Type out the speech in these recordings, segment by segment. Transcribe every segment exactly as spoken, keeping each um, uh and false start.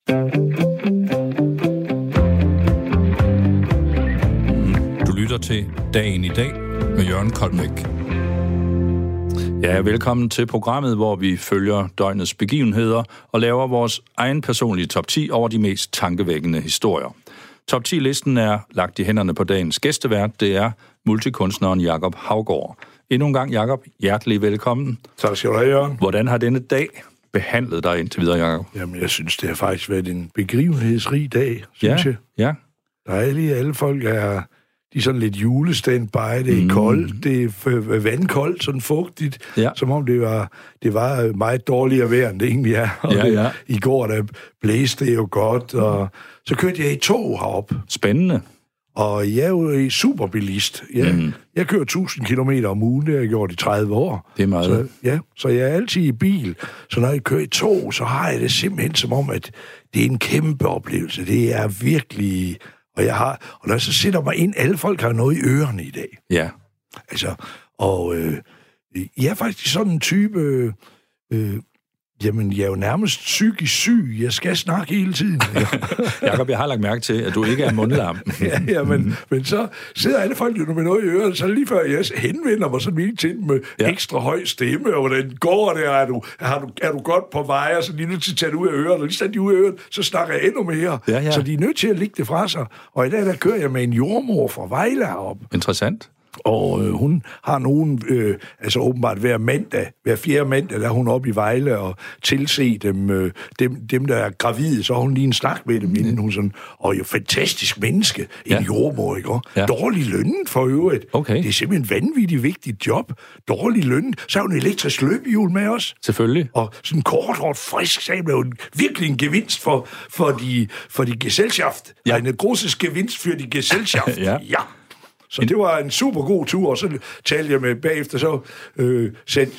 Du lytter til Dagen i dag med Jørgen Koldbæk. Ja, velkommen til programmet, hvor vi følger døgnets begivenheder og laver vores egen personlige top ti over de mest tankevækkende historier. Top ti-listen er lagt i hænderne på dagens gæstevært. Det er multikunstneren Jacob Haugaard. Endnu en gang, Jacob, hjertelig velkommen. Tak skal du have, Jørgen. Hvordan har denne dag behandlet dig indtil videre, Jacob? Jamen, jeg synes, det har faktisk været en begivenhedsrig dag, synes ja, jeg. Ja, Der er lige alle folk, er, de er sådan lidt julestandby, det er mm. koldt, det er vandkoldt, sådan fugtigt, ja. Som om det var, det var meget dårligere vejr, end det egentlig er. Og ja, ja. Det, i går, der blæste det jo godt, og så kørte jeg i tog herop. Spændende. Og jeg er jo superbilist. Jeg, mm. jeg kører tusind kilometer om ugen, det har jeg gjort i tredive år. Det er meget. Så, ja, så jeg er altid i bil. Så når jeg kører i tog, så har jeg det simpelthen som om, at det er en kæmpe oplevelse. Det er virkelig... Og jeg har... Og når jeg så sætter mig ind, alle folk har noget i ørerne i dag. Ja. Altså, og øh, jeg er faktisk sådan en type... Øh, Jamen, jeg er jo nærmest psykisk syg. Jeg skal snakke hele tiden. Jakob, jeg har lagt mærke til, at du ikke er mundlam. ja, ja, men, mm. men så sidder alle folk jo med noget i øret, så lige før jeg henvender mig sådan lige til med ja. ekstra høj stemme, og hvordan går det, er du, er du, er du godt på vej, og så lige nødt til at tage det ud af øret, og lige så de ud af øret, så snakker jeg endnu mere. Ja, ja. Så de er nødt til at lægge det fra sig. Og i dag, der kører jeg med en jordmor fra Vejle herop. Interessant. Og øh, hun har nogen, øh, altså åbenbart hver mandag, hver fjerde mandag, der er hun oppe i Vejle og tilse dem, øh, dem, dem, der er gravide, så har hun lige en snak med dem, inden hun sådan, og jo fantastisk menneske, en ja. jordmor, ikke? Ja. Dårlig lønnet for øvrigt. Okay. Det er simpelthen en vanvittigt vigtigt job. Dårlig lønnet. Så har hun elektrisk løbehjul med os. Selvfølgelig. Og sådan kort, hårdt, frisk, så er det jo en, virkelig en gevinst for, for de, for de Gesellschaft. Ja. En großes gevinst for de Gesellschaft. ja. ja. Så det var en super god tur, og så talte jeg med bagefter, så øh,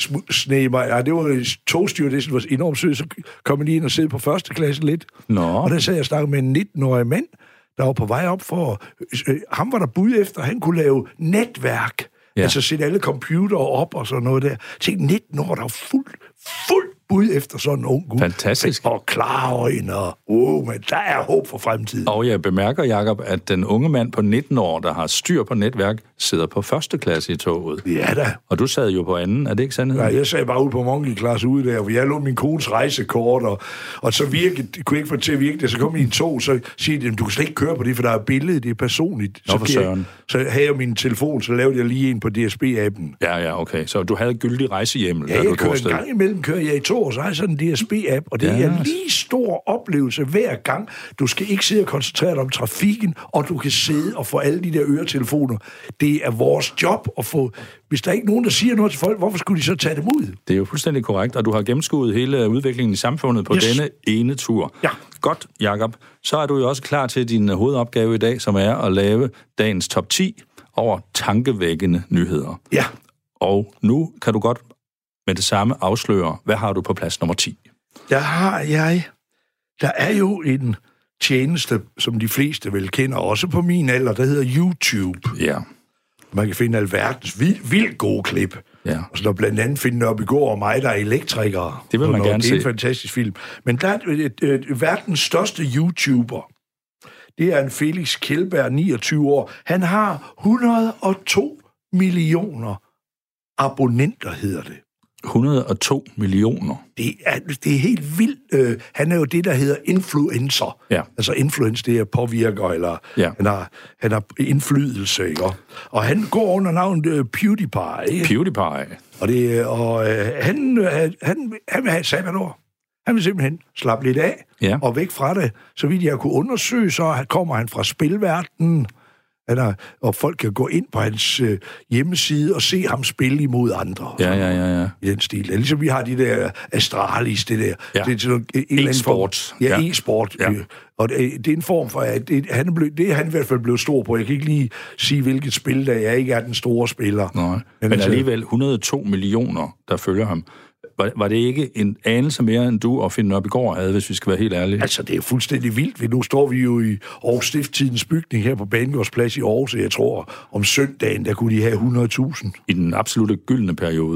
sne mig, ja, det var togstyr, det var enormt sødt, så kom jeg lige ind og sidde på første klasse lidt. Nå. Og der sad jeg og snakkede med en nitten-årig mand, der var på vej op for, øh, ham var der bud efter, han kunne lave netværk, ja. Altså sætte alle computere op og sådan noget der. Tænk, nitten år, der var fuldt, fuldt bud efter sådan en ung gut. Fantastisk. Og klare øjne, og oh, men der er håb for fremtiden. Og jeg bemærker, Jacob, at den unge mand på nitten år, der har styr på netværk, sidder på første klasse i toget. Ja da. Og du sad jo på anden, er det ikke sandheden? Nej, jeg sad bare ude på monkey-klasse ude der, hvor jeg lå min kones rejsekort, og, og så virkede, kunne jeg ikke få det til at virke det, så kom I en tog, så siger de, du kan slet ikke køre på det, for der er billede, det er personligt. Nå, for så, søren. Jeg, så havde jeg min telefon, så lavede jeg lige en på D S B-appen. Ja, ja, okay. Så du havde gyldig rejsehjemmel? Ja, jeg kører en gang imellem, kører jeg i tog, og så har jeg sådan en D S B-app, og det ja. er en lige stor oplevelse hver gang. Du skal ikke sidde og koncentrere dig om trafikken, og du kan sidde og få alle de der øretelefoner. Det er vores job at få... Hvis der er ikke nogen, der siger noget til folk, hvorfor skulle de så tage dem ud? Det er jo fuldstændig korrekt, og du har gennemskuet hele udviklingen i samfundet på yes. denne ene tur. Ja. Godt, Jacob. Så er du jo også klar til din hovedopgave i dag, som er at lave dagens top ti over tankevækkende nyheder. Ja. Og nu kan du godt med det samme afsløre, hvad har du på plads nummer ti? Der har jeg... Der er jo en tjeneste, som de fleste vel kender, også på min alder, der hedder YouTube. Ja. Man kan finde alverdens vildt vild gode klip. Ja. Og så der blandt andet finde op i går og mig, der er elektrikere. Det vil man noget. gerne se. Det er en fantastisk film. Men der er et, et, et, et, verdens største YouTuber. Det er en Felix Kjeldberg, niogtyve år. Han har et hundrede og to millioner abonnenter, hedder det. et hundrede og to millioner. Det er, det er helt vildt. Øh, han er jo det, der hedder influencer. Ja. Altså influence, det er påvirker, eller ja. han, har, han har indflydelse, ikke? Og han går under navnet uh, PewDiePie. Ikke? PewDiePie. Og, det, og øh, han, øh, han, han vil have et sabbatår. Han vil simpelthen slappe lidt af ja. og væk fra det. Så vidt jeg kunne undersøge, så kommer han fra spilverdenen. Han er, og folk kan gå ind på hans øh, hjemmeside og se ham spille imod andre. Ja, ja, ja, ja. I den stil. Ligesom vi har de der Astralis, det der. Ja. Det er sådan en e-sport. Ja, ja, e-sport. Ja. Og det, det er en form for, at det, han er blevet, det er han i hvert fald blevet stor på. Jeg kan ikke lige sige, hvilket spil der jeg ikke er den store spiller. Nej, men, men altså, alligevel et hundrede og to millioner, der følger ham. Var, var det ikke en anelse mere, end du og Finn op i går havde, hvis vi skal være helt ærlige? Altså, det er fuldstændig vildt. Nu står vi jo i Aarhus Stifttidens bygning her på Banegårdsplads i Aarhus, og jeg tror, om søndagen, der kunne de have hundrede tusind. I den absolutte gyldne periode. Ja,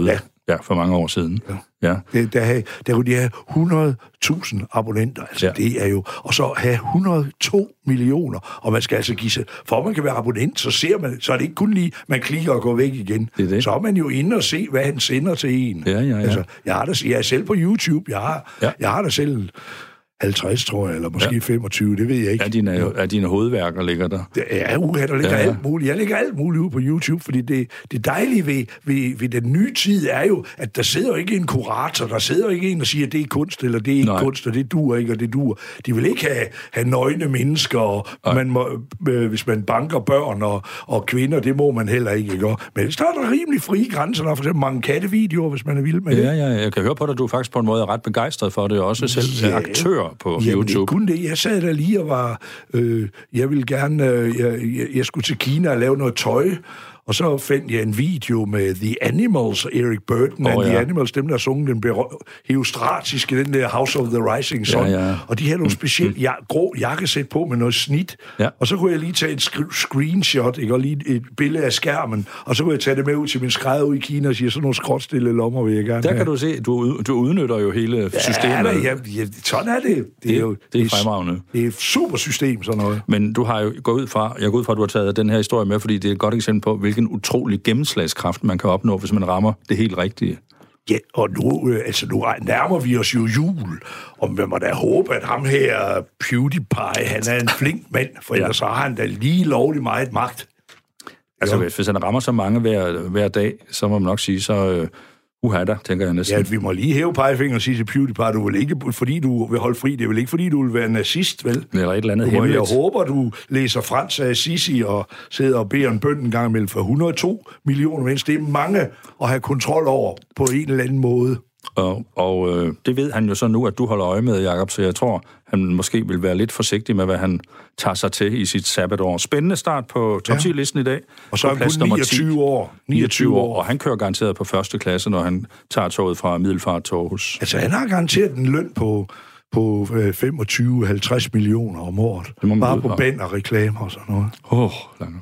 Ja, for mange år siden. Ja. Ja. Det, der, havde, der kunne de have hundrede tusind abonnenter. Altså, ja. Det er jo... Og så have et hundrede og to millioner. Og man skal altså give sig... For at man kan være abonnent, så ser man... Så er det ikke kun lige, man klikker og går væk igen. Det er det. Så er man jo inde og se, hvad han sender til en. Ja, ja, ja. Altså, jeg, har der, jeg er selv på YouTube. Jeg har, ja. jeg har der selv... halvtreds, tror jeg, eller måske ja. femogtyve, det ved jeg ikke. Er dine, er dine hovedværker ligger der? Det er uha, der ligger ja, ja. alt muligt. Jeg lægger alt muligt ud på YouTube, fordi det, det dejlige ved, ved, ved den nye tid er jo, at der sidder jo ikke en kurator, der sidder jo ikke en og siger, at det er kunst, eller det er ikke Nej. kunst, og det duer ikke, og det duer. De vil ikke have, have nøgne mennesker, og man må, øh, hvis man banker børn og, og kvinder, det må man heller ikke, ikke? Men så er der rimelig frie grænser, der er for eksempel mange kattevideoer, hvis man er vild med ja, det. Ja, ja, jeg kan høre på dig, at du faktisk på en måde er ret begejstret for det, også selv ja. aktør på Jamen, YouTube. Ikke kun det. Jeg sad der lige og var... Øh, jeg ville gerne... Øh, jeg, jeg skulle til Kina og lave noget tøj, og så fandt jeg en video med The Animals, Eric Burden, og oh, ja. The Animals, dem der sunget den heostratiske, den der House of the Rising Sun, ja, ja. Og de havde nogle specielt ja, grå jakkesæt på med noget snit, ja. Og så kunne jeg lige tage et screenshot, ikke, og lige et billede af skærmen, og så kunne jeg tage det med ud til min skrædder ud i Kina og sige, sådan nogle skråtstille lommer vil jeg gerne Der have. kan du se, du, du udnytter jo hele ja, systemet. Ja, ja, sådan er det. Det, det er jo det er fremragende. Det er et super system, sådan noget. Men du har jo gået ud fra, jeg går ud fra, at du har taget den her historie med, fordi det er et godt eksempel på, hvilken utrolig gennemslagskraft man kan opnå, hvis man rammer det helt rigtige. Ja, og nu, altså, nu nærmer vi os jo jul, og man må da håbe, at ham her PewDiePie, han er en flink mand, for ellers ja. har han da lige lovligt meget magt. Altså, hvis, hvis han rammer så mange hver, hver dag, så må man nok sige, så... Øh, uha da, tænker jeg næsten. Ja, vi må lige hæve pegefingeren og sige til PewDiePie, du vil ikke, fordi du vil holde fri, det er vel ikke, fordi du vil være nazist, vel? Eller et eller andet du, hemmeligt. Jeg håber, du læser Frans af Assisi og sidder og beder en bøn en gang imellem for et hundrede og to millioner mennesker. Det er mange at have kontrol over på en eller anden måde. Og, og øh, det ved han jo så nu, at du holder øje med, Jacob, så jeg tror, han måske vil være lidt forsigtig med, hvad han tager sig til i sit sabbatår. Spændende start på top ti-listen ja. i dag. Og så er han kun niogtyve år. niogtyve år, og han kører garanteret på første klasse, når han tager toget fra Middelfart til Aarhus. Altså, han har garanteret en løn på, på femogtyve til halvtreds millioner om året. Bare på band og reklamer og sådan noget. Åh, oh, langt.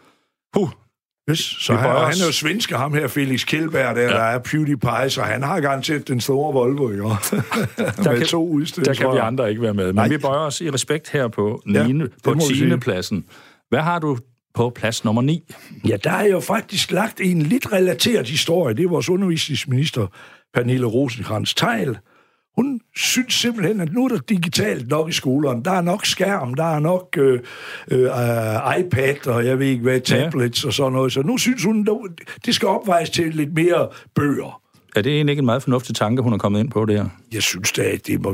Puh. Yes, så han, han er jo svensker, ham her, Felix Kjellberg, der, ja. der er PewDiePie, så han har garanteret den store Volvo, ikke? der kan, to der kan vi andre ikke være med. Men Nej. vi bøjer os i respekt her på, ja, på tiende pladsen. Hvad har du på plads nummer ni? Ja, der er jo faktisk lagt en lidt relateret historie. Det er vores undervisningsminister, Pernille Rosenkrantz-Theil. Hun synes simpelthen, at nu er der digitalt nok i skolerne. Der er nok skærm, der er nok øh, øh, iPad, og jeg ved ikke hvad, tablets ja. og sådan noget. Så nu synes hun, det skal opvejes til lidt mere bøger. Er det egentlig ikke en meget fornuftig tanke, hun er kommet ind på det her? Jeg synes da, at det må...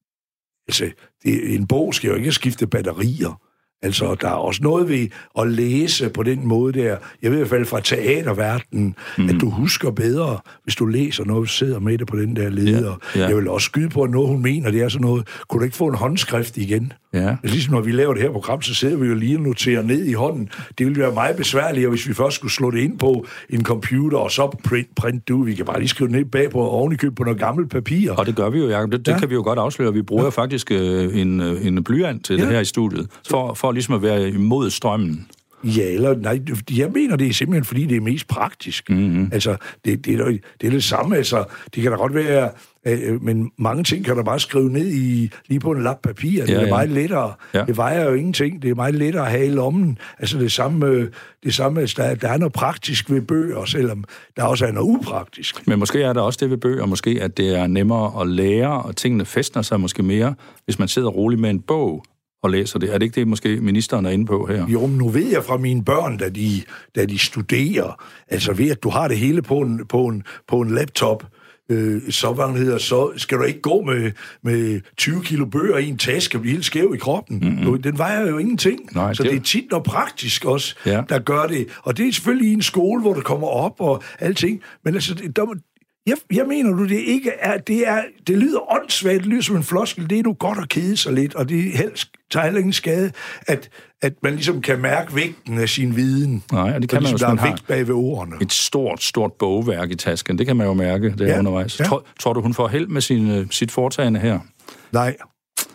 Altså, det, en bog skal jo ikke skifte batterier. Altså, der er også noget ved at læse på den måde der. Jeg ved i hvert fald fra teaterverdenen, mm. at du husker bedre, hvis du læser noget, du sidder med det på den der leder. Ja, ja. Jeg vil også skyde på, at noget, hun mener, det er sådan noget. Kunne du ikke få en håndskrift igen? Ja. Ligesom når vi laver det her program, så sidder vi jo lige og noterer ned i hånden. Det ville være meget besværligt, hvis vi først skulle slå det ind på en computer, og så print, print du. Vi kan bare lige skrive ned bagpå og ovenikøbe på noget gammelt papir. Og det gør vi jo, Jacob. Det, det ja. kan vi jo godt afsløre. Vi bruger ja. faktisk øh, en, en blyant til ja. det her i studiet, for, for ligesom at være imod strømmen. Ja, eller nej, jeg mener, det er simpelthen, fordi det er mest praktisk. Mm-hmm. Altså, det, det, er, det er det samme, altså, det kan da godt være, øh, men mange ting kan du bare skrive ned i, lige på en lap papir, det ja, er ja. meget lettere. Ja. Det vejer jo ingenting, det er meget lettere at have i lommen. Altså, det samme, det samme altså, der, der er noget praktisk ved bøger, selvom der også er noget upraktisk. Men måske er der også det ved bøger, måske at det er nemmere at lære, og tingene fæstner sig måske mere, hvis man sidder roligt med en bog og læser det. Er det ikke det, måske ministeren er inde på her? Jo, men nu ved jeg fra mine børn, da de, da de studerer, altså ved at du har det hele på en, på en, på en laptop, øh, så, hvad hedder, så skal du ikke gå med, med tyve kilo bøger i en taske og blive helt skæv i kroppen. Mm-hmm. Den vejer jo ingenting. Nej, så det... det er tit noget praktisk også, ja. der gør det. Og det er selvfølgelig i en skole, hvor det kommer op og alting. Men altså, der, Jeg, jeg mener du, det ikke er, det er, det lyder åndssvagt, det lyder som en floskel, det er nu godt at kede sig lidt, og det helst, tager heller ingen skade, at, at man ligesom kan mærke vægten af sin viden. Nej, og det kan man ligesom, jo, der er vægt bag ved ordene. Et stort, stort bogværk i tasken, det kan man jo mærke, det er ja, undervejs. Ja. Tror, tror du, hun får held med sin, sit foretagende her? Nej.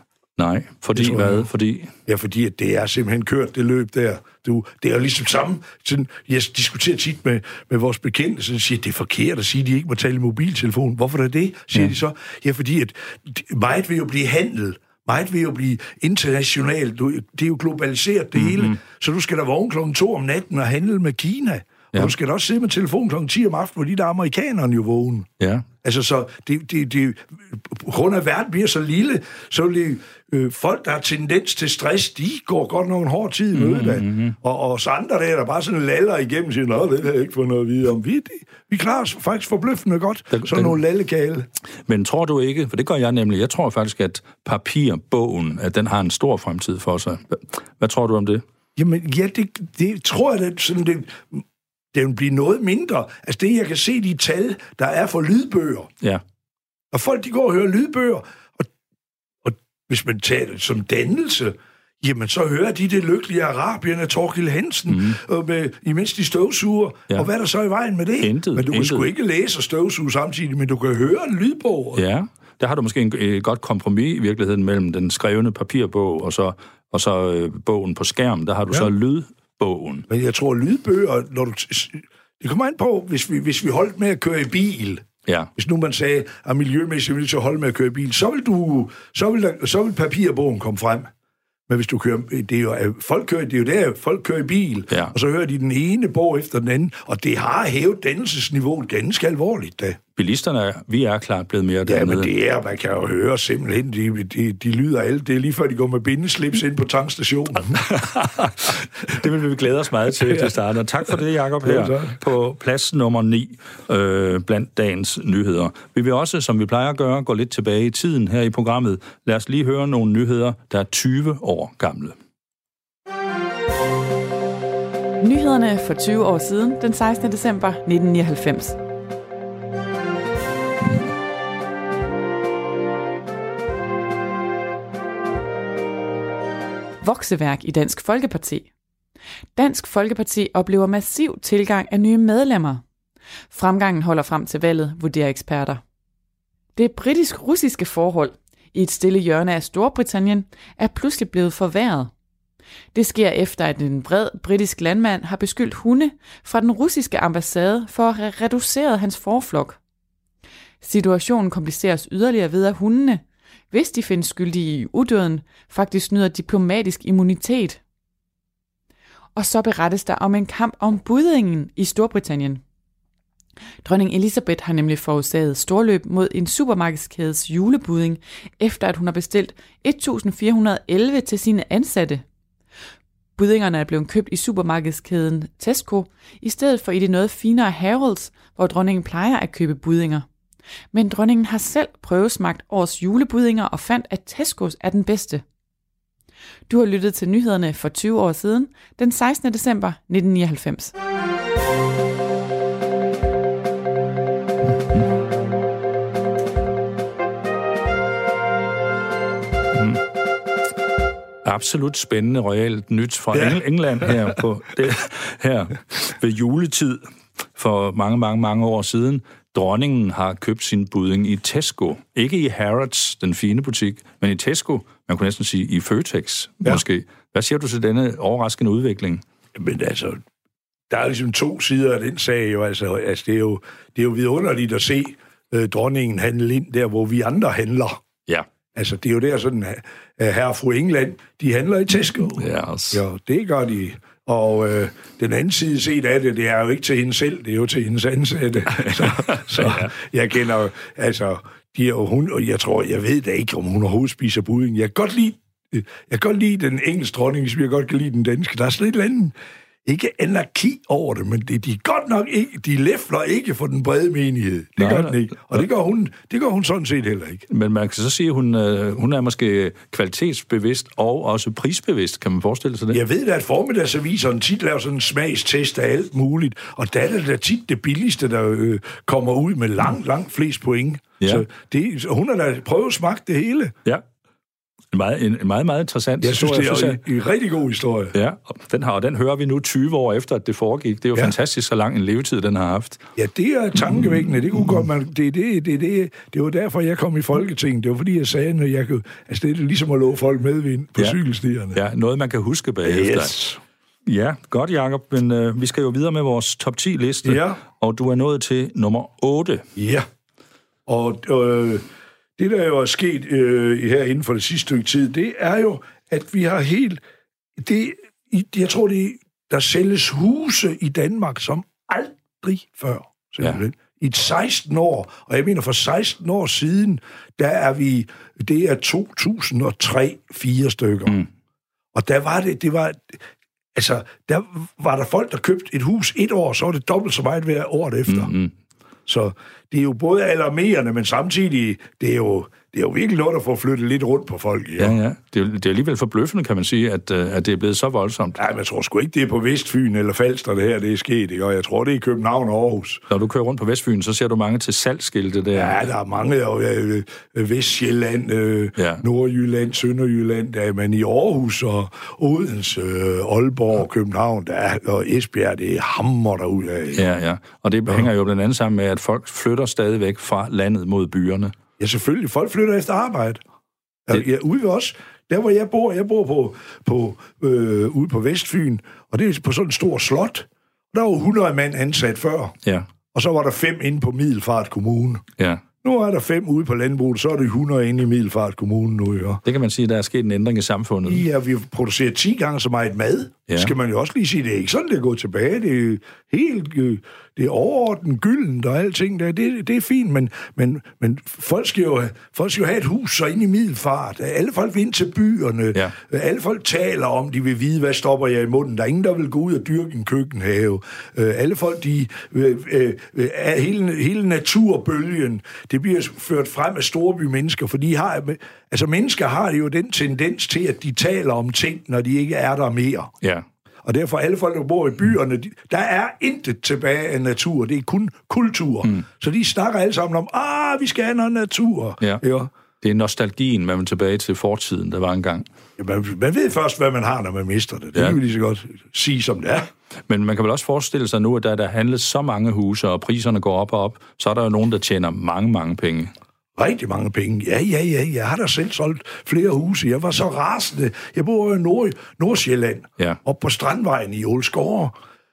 Nej, fordi hvad? Fordi... Ja, fordi at det er simpelthen kørt, det løb der. Du, det er jo ligesom samme. Sådan, jeg diskuterer tit med, med vores bekendte, så siger, det er forkert at sige, at de ikke må tale i mobiltelefon. Hvorfor er det? Siger ja. de så. Ja, fordi at meget vil jo blive handel. Meget vil jo blive internationalt. Det er jo globaliseret, det mm-hmm. hele. Så du skal da vågne klokken to om natten og handle med Kina. Ja. Og du skal da også sidde med telefon klokken ti om aftenen, hvor de der amerikanerne jo vågen. Ja. Altså, så det, det, det, på grund af, at verden bliver så lille, så vil det, øh, folk, der har tendens til stress, de går godt nok en hård tid i mødet. Mm-hmm. Og, og så andre der, der bare sådan laller igennem, og siger, nå, det har jeg ikke fået noget at vide om. Vi, det, vi klarer os faktisk forbløffende godt, den, sådan den, nogle lallekale. Men tror du ikke, for det gør jeg nemlig, jeg tror faktisk, at papirbogen, at den har en stor fremtid for sig. Hvad tror du om det? Jamen, ja, det, det tror jeg, at sådan det... Det vil blive noget mindre. Altså det, jeg kan se, de tal, der er for lydbøger. Ja. Og folk, de går og hører lydbøger, og, og hvis man tager det som dannelse, jamen så hører de det lykkelige Arabien af Thorkild Hansen, mm. og med, imens de støvsuger. Ja. Og hvad er der så i vejen med det? Intet, men du kan intet. sgu ikke læse og støvsuge samtidig, men du kan høre en lydbog. Ja, der har du måske en, et godt kompromis i virkeligheden mellem den skrevne papirbog og så, og så øh, bogen på skærm. Der har du ja. så lyd. Bogen. Men jeg tror, lydbøger, når du... Det kommer an på, hvis vi, hvis vi holdt med at køre i bil. Ja. Hvis nu man sagde, at miljømæssigt vil så holde med at køre i bil, så vil, du, så vil, der, så vil papirbogen komme frem. Men hvis du kører... Det er jo, folk kører, det er jo der, folk kører i bil, ja. og så hører de den ene bog efter den anden, og det har hævet dannelsesniveauet ganske alvorligt, da. Bilisterne, vi er klart blevet mere dernede. Ja, men det er, man kan jo høre simpelthen, de, de, de lyder alle. Det er lige før, de går med bindeslips ind på tankstationen. Det vil vi glæde os meget til, til starten. Og tak for det, Jacob, her ja, på plads nummer ni øh, blandt dagens nyheder. Vi vil også, som vi plejer at gøre, gå lidt tilbage i tiden her i programmet. Lad os lige høre nogle nyheder, der er tyve år gamle. Nyhederne for tyve år siden, den sekstende december nitten nioghalvfems. Vokseværk i Dansk Folkeparti. Dansk Folkeparti oplever massiv tilgang af nye medlemmer. Fremgangen holder frem til valget, vurderer eksperter. Det britisk-russiske forhold i et stille hjørne af Storbritannien er pludselig blevet forværret. Det sker efter, at en bred britisk landmand har beskyldt hunde fra den russiske ambassade for at have reduceret hans forflok. Situationen kompliceres yderligere ved, at hundene, hvis de findes skyldige i udøden, faktisk nyder diplomatisk immunitet. Og så berettes der om en kamp om buddingen i Storbritannien. Dronning Elizabeth har nemlig forårsaget storløb mod en supermarkedskædes julebudding, efter at hun har bestilt et tusind fire hundrede og elleve til sine ansatte. Buddingerne er blevet købt i supermarkedskæden Tesco, i stedet for i det noget finere Harrods, hvor dronningen plejer at købe buddinger. Men dronningen har selv prøvesmagt årets julebuddinger og fandt, at Tescos er den bedste. Du har lyttet til nyhederne for tyve år siden, den sekstende december nitten nioghalvfems. Mm. Absolut spændende royalt nyt fra ja. England her på det, her ved juletid for mange, mange, mange år siden. Dronningen har købt sin budding i Tesco. Ikke i Harrods, den fine butik, men i Tesco, man kunne næsten sige i Føtex, ja. måske. Hvad siger du til denne overraskende udvikling? Men altså, der er ligesom to sider af den sag. Jo. Altså, altså, det, er jo, det er jo vidunderligt at se øh, dronningen handle ind der, hvor vi andre handler. Ja. Altså, det er jo der sådan, at herre og fru England, de handler i Tesco. Yes. Ja, det gør de. Og øh, den anden side set af det, det er jo ikke til hende selv, det er jo til hendes ansatte. Så, så ja. jeg kender altså, de er jo hun, og jeg tror, jeg ved da ikke, om hun overhovedet spiser budding. Jeg kan godt lide, jeg kan godt lide den engelske dronning, som jeg godt kan lide den danske. Der er sådan et eller andet, ikke anarki over det, men det, de er godt nok ikke, de læfler ikke for den brede menighed. Det nej, gør den ikke. Og det gør, hun, det gør hun sådan set heller ikke. Men man kan så sige, at hun, øh, hun er måske kvalitetsbevidst og også prisbevidst. Kan man forestille sig det? Jeg ved da, at formiddagsaviserne tit laver sådan en smagstest af alt muligt, og der er det da tit det billigste, der øh, kommer ud med langt, langt flest point. Ja. Så det, hun har da prøvet at smage det hele. Ja. En meget, en, en meget, meget interessant jeg historie. Jeg synes, det er en, en rigtig god historie. Ja, og den, har, og den hører vi nu tyve år efter, at det foregik. Det er jo ja. fantastisk, så lang en levetid, den har haft. Ja, det er tankevækkende. Det kunne godt, man, det, det, det, det, det var derfor, jeg kom i Folketinget. Det var fordi, jeg sagde, at jeg kunne, altså, det er ligesom at love folk medvind på ja. cykelstierne. Ja, noget man kan huske bagefter. Yes. Ja, godt, Jacob, men øh, vi skal jo videre med vores top ti-liste, ja. og du er nået til nummer otte. Ja, og øh, det, der jo er sket øh, her inden for det sidste stykke tid, det er jo, at vi har helt... Det, jeg tror, det der sælges huse i Danmark som aldrig før, simpelthen. Ja. I seksten år, og jeg mener for seksten år siden, der er vi... Det er to tusind og tre fire stykker. Mm. Og der var det... Det var... Altså, der var der folk, der købte et hus et år, så var det dobbelt så meget hver året efter. Mm-hmm. Så det er jo både alarmerende, men samtidig, det er jo, det er jo virkelig noget, der får flyttet lidt rundt på folk. Ja, ja. ja. Det, er, det er alligevel forbløffende, kan man sige, at, at det er blevet så voldsomt. Nej, men jeg tror sgu ikke, det er på Vestfyn eller Falster, det her det er sket. Ikke? Og jeg tror, det er i København og Aarhus. Når du kører rundt på Vestfyn, så ser du mange til salgsskilte der. Ja, der er mange. Og, øh, Vestsjælland, øh, ja. Nordjylland, Sønderjylland, der er man i Aarhus og Odense, øh, Aalborg, København, der er, og Esbjerg, det er hammer derude af. Ja, ja. Og det ja. hænger jo blandt andet sammen med, at folk flytter stadigvæk fra landet mod byerne. Ja, selvfølgelig. Folk flytter efter arbejde. Det... Ja, ude ved os. Der, hvor jeg bor, jeg bor på, på, øh, ude på Vestfyn, og det er på sådan en stor slot. Der var hundrede mand ansat før. Ja. Og så var der fem inde på Middelfart Kommune. Ja. Nu er der fem ude på landbruget, så er der hundrede inde i Middelfart Kommune nu, ja. Det kan man sige, der er sket en ændring i samfundet. Ja, vi producerer ti gange så meget mad. Ja. Skal man jo også lige sige, det er ikke sådan, det er gået tilbage. Det er helt, det er overordnet gyldent og alting der. Det, det er fint, men, men, men folk, skal jo, folk skal jo have et hus så inde i Middelfart. Alle folk vil ind til byerne. Ja. Alle folk taler om, de vil vide, hvad stopper jeg i munden. Der er ingen, der vil gå ud og dyrke en køkkenhave. Alle folk, de... Øh, øh, hele, hele naturbølgen, det bliver ført frem af storbymennesker, for de har... Altså, mennesker har jo den tendens til, at de taler om ting, når de ikke er der mere. Ja. Og derfor alle folk, der bor i byerne, de, der er intet tilbage af natur. Det er kun kultur. Mm. Så de snakker alle sammen om, ah, vi skal have noget natur. Ja. Ja. Det er nostalgien, man vil tilbage til fortiden, der var engang. Ja, man, man ved først, hvad man har, når man mister det. Det ja. Kan vi lige så godt sige, som det er. Men man kan vel også forestille sig nu, at der, der handles så mange huse, og priserne går op og op, så er der jo nogen, der tjener mange, mange penge. Rigtig mange penge. Ja, ja, ja. Jeg har da selv solgt flere huse. Jeg var så rasende. Jeg bor i Nord- Nordsjælland, ja. Op på Strandvejen i Ålsgårde.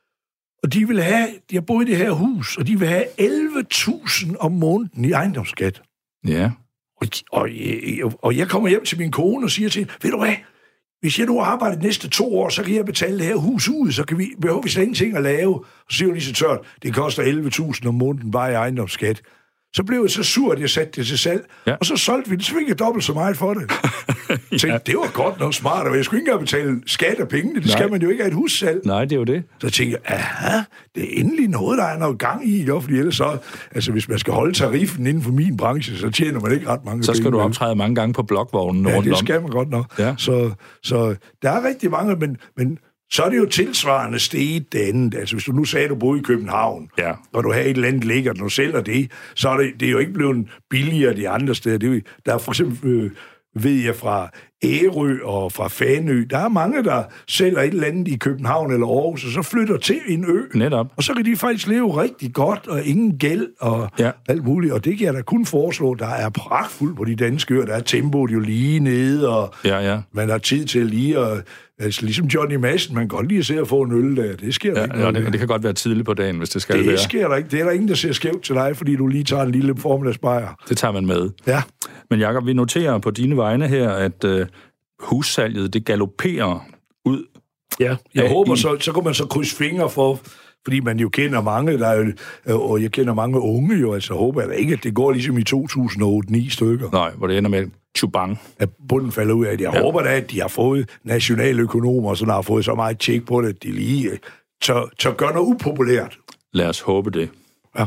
Og de vil have, jeg bor i det her hus, og de vil have elleve tusind om måneden i ejendomsskat. Ja. Og, og, og jeg kommer hjem til min kone og siger til hende, ved du hvad, hvis jeg nu arbejder de næste to år, så kan jeg betale det her hus ud, så kan vi, behøver vi slet ingenting at lave. Så siger hun lige så tørt, det koster elleve tusind om måneden bare i ejendomsskat. Så blev jeg så sur, at jeg satte det til salg, ja. Og så solgte vi det, så fik jeg dobbelt så meget for det. Jeg tænkte, ja. Det var godt nok smart, og jeg skulle ikke engang betale skat af pengene, det Nej. Skal man jo ikke have et hussalg. Nej, det er jo det. Så tænkte jeg, aha, det er endelig noget, der er noget gang i, jo, fordi ellers så, altså hvis man skal holde tariffen inden for min branche, så tjener man ikke ret mange penge. Så skal penge, du optræde mange gange på blokvognen rundt om. Ja, det skal man godt nok. Ja. Så, så der er rigtig mange, men... men så er det jo tilsvarende steget det andet. Altså, hvis du nu sagde, at du boede i København, ja. Og du har et eller andet ligger, når du sælger det, så er det, det er jo ikke blevet billigere de andre steder. Det er jo, der er for eksempel, øh, ved jeg, fra Ærø og fra Fanø, der er mange, der sælger et eller andet i København eller Aarhus, og så flytter til en ø. Netop. Og så kan de faktisk leve rigtig godt, og ingen gæld og ja. Alt muligt. Og det kan jeg da kun foreslå, der er pragtfuldt på de danske øer. Der er tempoet jo lige nede, og ja, ja. Man har tid til lige at... Altså, ligesom Johnny Madsen, man kan godt lige se at få en øl der. Det sker ja, ikke. Ja, det, det kan godt være tidligt på dagen, hvis det skal det være. Det sker der ikke. Det er der ingen, der ser skævt til dig, fordi du lige tager en lille formiddagsbajer. Det tager man med. Ja. Men Jacob, vi noterer på dine vegne her, at uh, hussalget, det galopperer ud. Ja, jeg ja, håber, i... så, så kan man så krydse fingre for... Fordi man jo kender mange, der er jo, og jeg kender mange unge jo, altså håber jeg da ikke, at det går ligesom i to tusind og otte ni stykker. Nej, hvor det ender med chubang. At bunden falder ud af det. Jeg ja. Håber da, at de har fået nationaløkonomer, som har fået så meget tjek på det, at de lige tør, tør gøre noget upopulært. Lad os håbe det. Ja.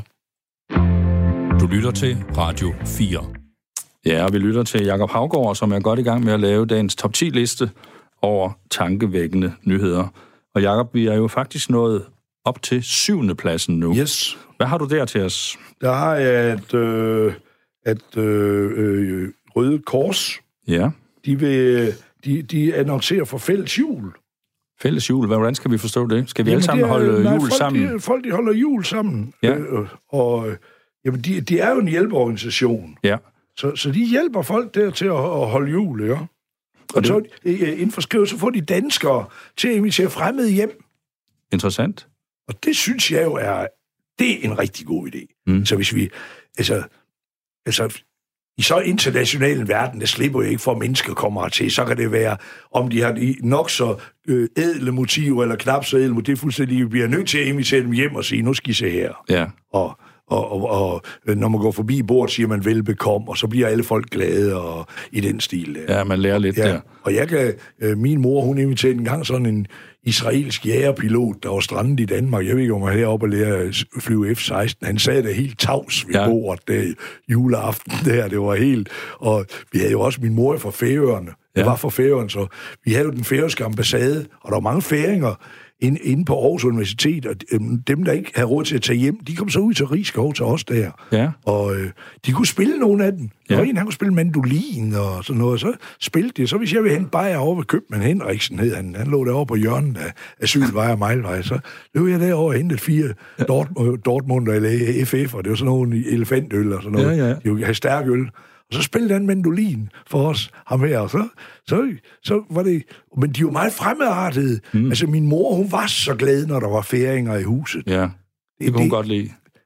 Du lytter til Radio fire. Ja, og vi lytter til Jacob Haugaard, som er godt i gang med at lave dagens top ti-liste over tankevækkende nyheder. Og Jacob, vi er jo faktisk nået op til syvende pladsen nu. Yes. Hvad har du der til os? Der har jeg et, øh, et øh, øh, Røde Kors. Ja. de, vil, de, de annoncerer for fælles jul. Fælles jul? Hvordan skal vi forstå det? Skal vi jamen, alle sammen er, holde nej, jul folk, sammen? De, folk, de holder jul sammen. Ja. Øh, og jamen, de, de er jo en hjælpeorganisation. Ja. Så, så de hjælper folk der til at, at holde jul, ja. Og, og så inden for skrive, så får de danskere til at invitere fremmede hjem. Interessant. Og det synes jeg jo er, det er en rigtig god idé. Mm. Så hvis vi, altså, altså, i så international en verden, der slipper jo ikke for, at mennesker kommer til, så kan det være, om de har de nok så øh, ædle motiver, eller knap så ædle motiver, det er fuldstændig, vi bliver nødt til at invitere dem hjem og sige, nu skal I se her. Ja. Og, og, og, og når man går forbi bordet, siger man velbekomme, og så bliver alle folk glade, og i den stil der. Ja, man lærer lidt ja. der. Og jeg kan, øh, min mor, hun inviterede en gang sådan en israelsk jægerpilot, der var strandet i Danmark. Jeg ved ikke, om han heroppe og lære at flyve F seksten. Han sagde det helt tavs ved ja. bordet der, juleaften der. Det var helt... Og vi havde jo også min mor fra Færøerne. Ja. Det var fra Færøerne, så vi havde jo den færøske ambassade, og der var mange færinger inde, inde på Aarhus Universitet, og dem, der ikke havde råd til at tage hjem, de kom så ud til Rigskov til os der. Ja. Og øh, de kunne spille nogle af dem. Der var ja. en, han kunne spille mandolin og sådan noget, og så spillede de. Så hvis jeg ville hente Bayer over ved Købmann Henriksen, hed han, han lå derovre på hjørnet af Asylvej og Mejlvej, så løb jeg derover og hentede fire ja. Dortmund, Dortmunder eller F F'er, det var sådan nogle elefantøl og sådan noget. Ja, ja. De ville have stærk øl. Og så spillede han mandolin for os, ham her, og så, så, så var det... Men de var meget fremmedartede. Mm. Altså, min mor, hun var så glad, når der var færinger i huset. Ja, det kunne hun godt lide.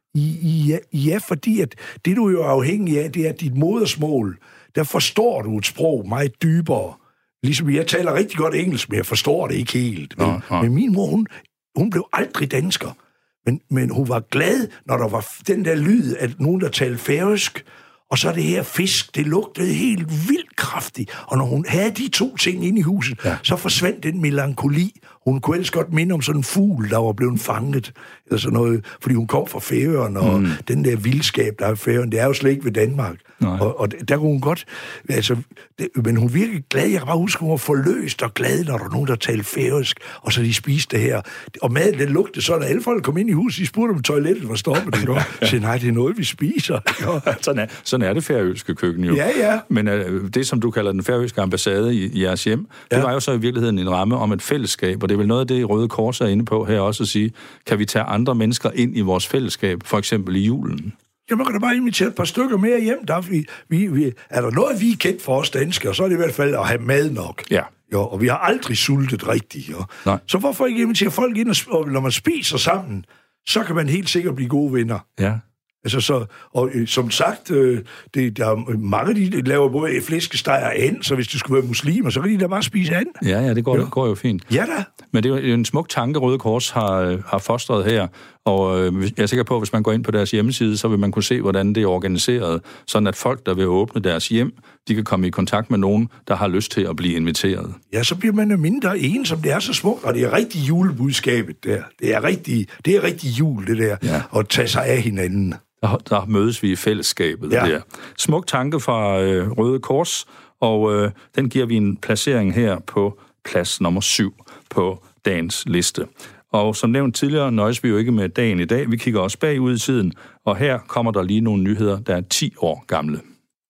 Ja, ja, fordi at det, du er jo afhængig af, det er dit modersmål. Der forstår du et sprog meget dybere. Ligesom jeg taler rigtig godt engelsk, men jeg forstår det ikke helt. Men, ja, ja. men min mor, hun, hun blev aldrig dansker. Men, men hun var glad, når der var den der lyd af nogen, der talte færøsk. Og så det her fisk, det lugtede helt vildt kraftigt. Og når hun havde de to ting inde i huset, ja. så forsvandt den melankoli. Hun kunne ellers godt minde om sådan en fugl, der var blevet fanget, eller sådan noget, fordi hun kom fra Færøerne, og mm. den der vildskab, der er i Færøerne, det er jo slet ikke ved Danmark. Og, og der kunne hun godt, altså, det, men hun virkelig glad. Jeg kan bare huske, hun var forløst og glad, når der var nogen, der talte færøsk, og så de spiste det her. Og maden, den lugtede sådan, at alle folk kom ind i huset, de spurgte om toilettet var stoppet. Det går. Så nej, det er noget, vi spiser. sådan, er, sådan er det færøske køkken jo. Ja, ja. Men uh, det, som du kalder den færøske ambassade i, i jeres hjem, ja. det var jo så i virkeligheden en ramme om et fællesskab, og det er vel noget af det, Røde Kors er inde på her også at sige, kan vi tage andre mennesker ind i vores fællesskab, for eksempel i julen? Jamen, kan da bare invitere et par stykker mere hjem. Der er, vi, vi, vi, er der noget, vi er kendt for os danskere, så er det i hvert fald at have mad nok. Ja. Jo, og vi har aldrig sultet rigtigt. Jo. Så hvorfor ikke invitere folk ind, og når man spiser sammen, så kan man helt sikkert blive gode venner. Ja. Altså så, og øh, som sagt, øh, det, der er mange, de laver både flæskesteg og and, så hvis du skulle være muslimer, så kan de da bare spise and. Ja, ja, det går, det går jo fint. Ja da. Men det er jo en smuk tanke, Røde Kors har, har fostret her, og øh, jeg er sikker på, at hvis man går ind på deres hjemmeside, så vil man kunne se, hvordan det er organiseret, sådan at folk, der vil åbne deres hjem, de kan komme i kontakt med nogen, der har lyst til at blive inviteret. Ja, så bliver man jo mindre ensom, det er så smukt, og det er rigtig julebudskabet der. Det er rigtig, det er rigtig jul, det der, ja. At tage sig af hinanden. Der, der mødes vi i fællesskabet ja. der. Smuk tanke fra øh, Røde Kors, og øh, den giver vi en placering her på plads nummer syv på dagens liste. Og som nævnt tidligere, nøjes vi jo ikke med dagen i dag. Vi kigger også bagud i tiden, og her kommer der lige nogle nyheder, der er ti år gamle.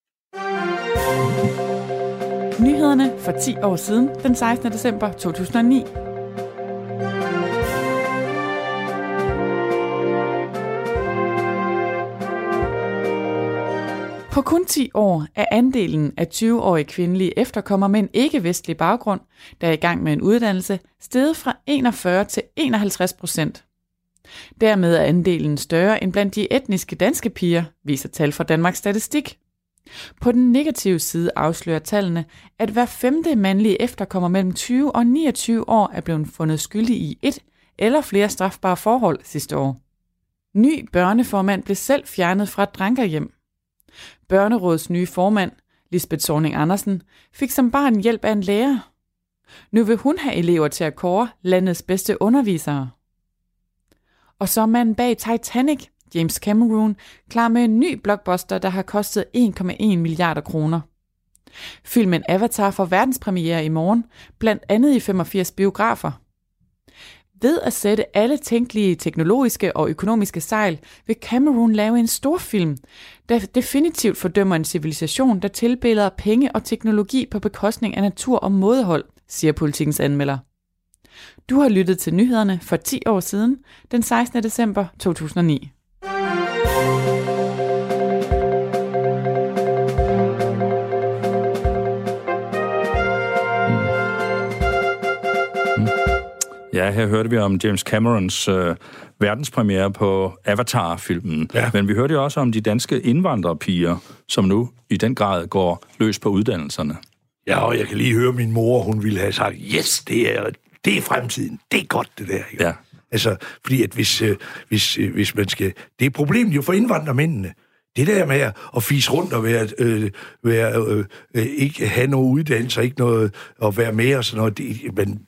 Nyhederne for ti år siden, den sekstende december to tusind og ni. På kun ti år er andelen af tyve-årige kvindelige efterkommere med en ikke-vestlig baggrund, der er i gang med en uddannelse, steget fra enogfyrre til enoghalvtreds procent. Dermed er andelen større end blandt de etniske danske piger, viser tal fra Danmarks Statistik. På den negative side afslører tallene, at hver femte mandlige efterkommer mellem tyve og niogtyve år er blevet fundet skyldig i et eller flere strafbare forhold sidste år. Ny børneformand blev selv fjernet fra et drengerhjem. Børnerådets nye formand, Lisbeth Zornig Andersen, fik som barn hjælp af en lærer. Nu vil hun have elever til at kåre landets bedste undervisere. Og så er manden bag Titanic, James Cameron, klar med en ny blockbuster, der har kostet en komma en milliarder kroner. Filmen Avatar får verdenspremiere i morgen, blandt andet i femogfirs biografer. Ved at sætte alle tænkelige teknologiske og økonomiske sejl, vil Cameron lave en storfilm, der definitivt fordømmer en civilisation, der tilbeder penge og teknologi på bekostning af natur og mådehold, siger Politikens anmelder. Du har lyttet til nyhederne for ti år siden, den sekstende december to tusind og ni. Ja, her hørte vi om James Camerons øh, verdenspremiere på Avatar-filmen. Ja. Men vi hørte jo også om de danske indvandrerpiger, som nu i den grad går løs på uddannelserne. Ja, og jeg kan lige høre min mor, hun ville have sagt, yes, det er, det er fremtiden. Det er godt, det der. Ikke? Ja. Altså, fordi at hvis, øh, hvis, øh, hvis man skal... Det er problemet jo for indvandrermændene. Det der med at fise rundt og være, øh, være, øh, øh, ikke have noget uddannelse, ikke noget at være med og sådan noget, det, men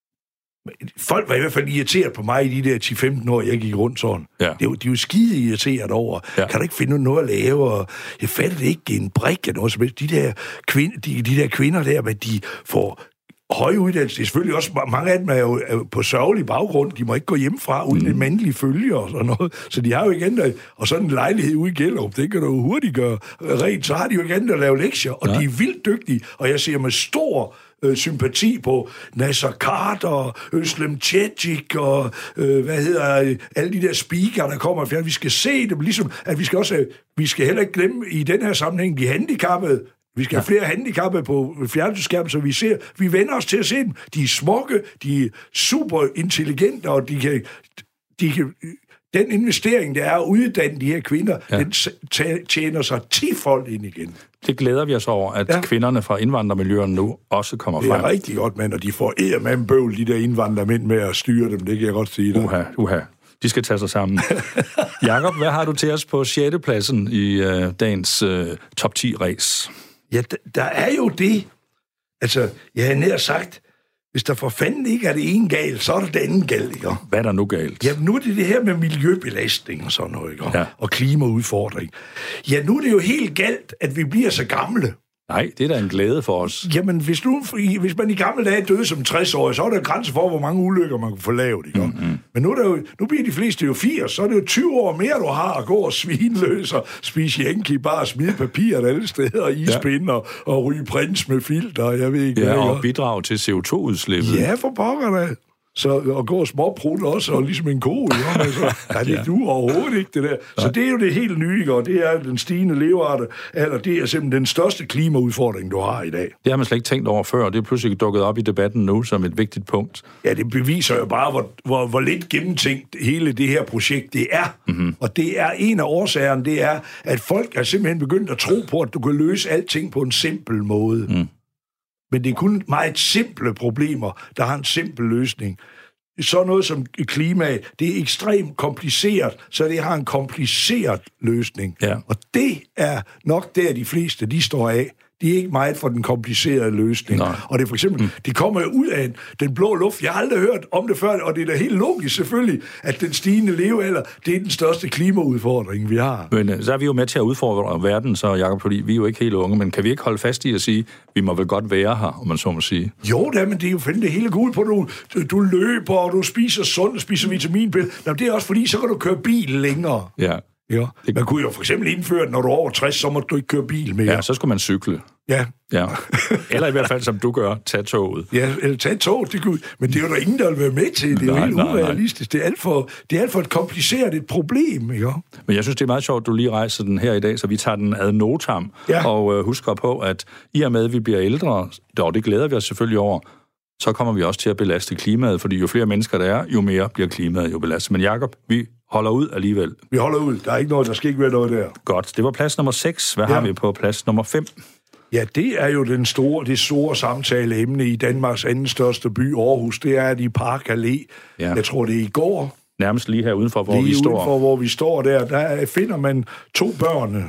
folk var i hvert fald irriteret på mig i de der ti femten år, jeg gik rundt sådan. Ja. Det, de er jo skide irriteret over. Ja. Kan du ikke finde noget at lave? Og jeg fatter det ikke en brik eller noget som helst. De der, kvind, de, de der kvinder der, men de får høje uddannelse. Det er selvfølgelig også, mange af dem er jo, er jo på sørgelig baggrund. De må ikke gå hjemmefra uden mm. en mandlig følge og sådan noget. Så de har jo ikke andet, og sådan en lejlighed ude i Gellerup, det kan du hurtigt gøre rent. Så har de jo ikke andet at lave lektier, og ja. De er vildt dygtige. Og jeg ser med stor øh, sympati på Nasser Carter, Özlem Cekic og øh, hvad hedder øh, alle de der speaker, der kommer. For vi skal se dem, ligesom at vi skal også, vi skal heller ikke glemme i den her sammenhæng de handicappede. Vi skal have flere handicappede på fjernsynsskærmen, så vi ser, vi vender os til at se dem. De er smukke, de er super intelligente, og de kan, de kan, den investering, der er at uddanne de her kvinder, ja. Den tjener sig tifold ind igen. Det glæder vi os over, at ja. Kvinderne fra indvandrermiljøerne nu også kommer frem. Det er frem. Rigtig godt, mand, og de får eddermame-bøvl, de der indvandrermænd med at styre dem, det kan jeg godt sige dig. Uha, uha. De skal tage sig sammen. Jakob, hvad har du til os på sjette pladsen i øh, dagens øh, top ti-race? Ja, der er jo det. Altså, jeg har nær sagt, hvis der for fanden ikke er det ene galt, så er der det andet galt, ikke? Hvad er der nu galt? Ja, nu er det det her med miljøbelastning og sådan noget, ikke? Ja. Og klimaudfordring. Ja, nu er det jo helt galt, at vi bliver så gamle. Nej, det er da en glæde for os. Jamen, hvis, nu, hvis man i gamle dage døde som tres-årig, så er der grænse for, hvor mange ulykker man kunne få lavet, ikke? Mm-hmm. Men nu, er der jo, nu bliver de fleste jo firs, så er det jo tyve år mere, du har at gå og svinløs og spise Yankee bar og smide papiret alle steder, og ispinde ja. og, og ryge prins med filter, jeg ved ikke. Ja, hvad, og bidrage til C O to udslippet. Ja, for pokker da. Så, og gå og småprutte også, og ligesom en ko, jo, altså. Ja, det er du overhovedet ikke, det der. Så det er jo det helt nye, og det er den stigende levealder, eller det er simpelthen den største klimaudfordring, du har i dag. Det har man slet ikke tænkt over før, og det er pludselig dukket op i debatten nu som et vigtigt punkt. Ja, det beviser jo bare, hvor, hvor, hvor lidt gennemtænkt hele det her projekt det er. Mm-hmm. Og det er en af årsagerne, det er, at folk er simpelthen begyndt at tro på, at du kan løse alting på en simpel måde. Mm. Men det er kun meget simple problemer, der har en simpel løsning. Så noget som klima, det er ekstremt kompliceret, så det har en kompliceret løsning. Ja. Og det er nok der, de fleste, de står af. De er ikke meget for den komplicerede løsning. Nej. Og det er for eksempel, mm. det kommer jo ud af den blå luft. Jeg har aldrig hørt om det før, og det er da helt logisk selvfølgelig, at den stigende levealder, det er den største klimaudfordring, vi har. Men så er vi jo med til at udfordre verden, så Jacob, fordi vi er jo ikke helt unge, men kan vi ikke holde fast i at sige, vi må vel godt være her, om man så må sige? Jo da, men det er jo fandme det hele går ud på, du, du løber, og du spiser sundt, og spiser vitaminpiller. Nå, det er også fordi, så kan du køre bil længere. Ja. Ja. Man kunne jo for eksempel indføre, når du er over tres, så må du ikke køre bil mere. Ja, så skulle man cykle. Ja. Ja. Eller i hvert fald, som du gør, tage toget. Ja, eller tage toget, det kunne, men det er jo der ingen, der vil være med til. Det er nej, jo helt nej, urealistisk. Det er, alt for, det er alt for et kompliceret et problem, ikke? Men jeg synes, det er meget sjovt, at du lige rejser den her i dag, så vi tager den ad notam, ja. og øh, husker på, at i og med, at vi bliver ældre, og det glæder vi os selvfølgelig over, så kommer vi også til at belaste klimaet, fordi jo flere mennesker der er, jo mere bliver klimaet jo belastet. Men Jakob, vi holder ud alligevel. Vi holder ud. Der er ikke noget, der skal ikke være noget der. Godt. Det var plads nummer seks. Hvad ja. har vi på plads nummer fem? Ja, det er jo den store, det store samtaleemne i Danmarks anden største by, Aarhus. Det er i Park Allé. Ja. Jeg tror, det er i går. Nærmest lige her udenfor, hvor lige vi står. Lige udenfor, hvor vi står der. Der finder man to børn.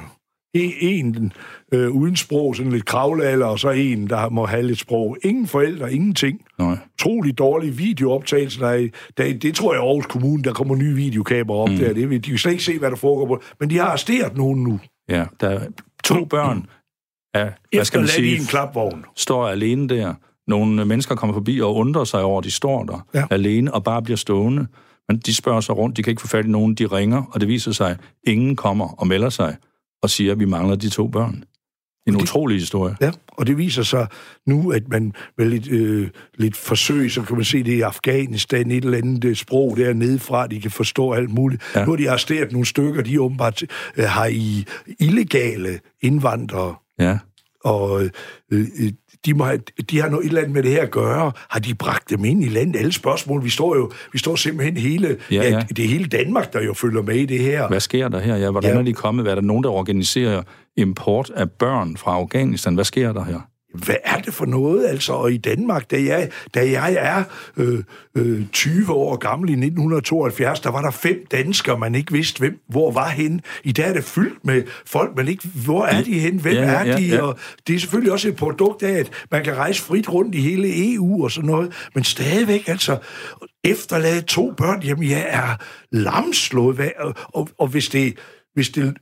En øh, uden sprog, sådan lidt kravlealder, og så en, der må have lidt sprog. Ingen forældre, ingenting. Nej. Trolig dårlig videooptagelse. Der er, der, det tror jeg er Aarhus Kommune, der kommer nye videokameraer op mm. der. Det, de kan slet ikke se, hvad der foregår på. Men de har arresteret nogen nu. Ja, der er to børn af, hvad skal man sige, en klapvogn. står alene der. nogle mennesker kommer forbi og undrer sig over, at de står der ja. alene og bare bliver stående. Men de spørger sig rundt, de kan ikke få fat i nogen, de ringer, og det viser sig, at ingen kommer og melder sig og siger, at vi mangler de to børn. En det, utrolig historie. Ja, og det viser sig nu, at man med lidt, øh, lidt forsøg, så kan man se det i Afghanistan, et eller andet sprog dernede fra, de kan forstå alt muligt. Ja. Nu har de arresteret nogle stykker, de åbenbart øh, har i illegale indvandrere. Ja. Og øh, de, må have, de har noget et eller andet med det her at gøre. Har de bragt dem ind i landet? Alle spørgsmål. Vi står jo vi står simpelthen hele, ja, ja. Ja, det er hele Danmark, der jo følger med i det her. Hvad sker der her? Ja, hvordan ja. er de kommet? Er der nogen, der organiserer import af børn fra Afghanistan? Hvad sker der her? Hvad er det for noget, altså? Og i Danmark, da jeg, da jeg er øh, øh, tyve år gammel i nitten tooghalvfjerds, der var der fem danskere, man ikke vidste, hvem, hvor var henne. I dag er det fyldt med folk, man ikke, hvor er de henne? Hvem ja, ja, er de? Ja, ja. Og det er selvfølgelig også et produkt af, at man kan rejse frit rundt i hele E U og sådan noget, men stadigvæk, altså, efterlade to børn, jamen jeg er lamslået. Og, og, og hvis det... Hvis det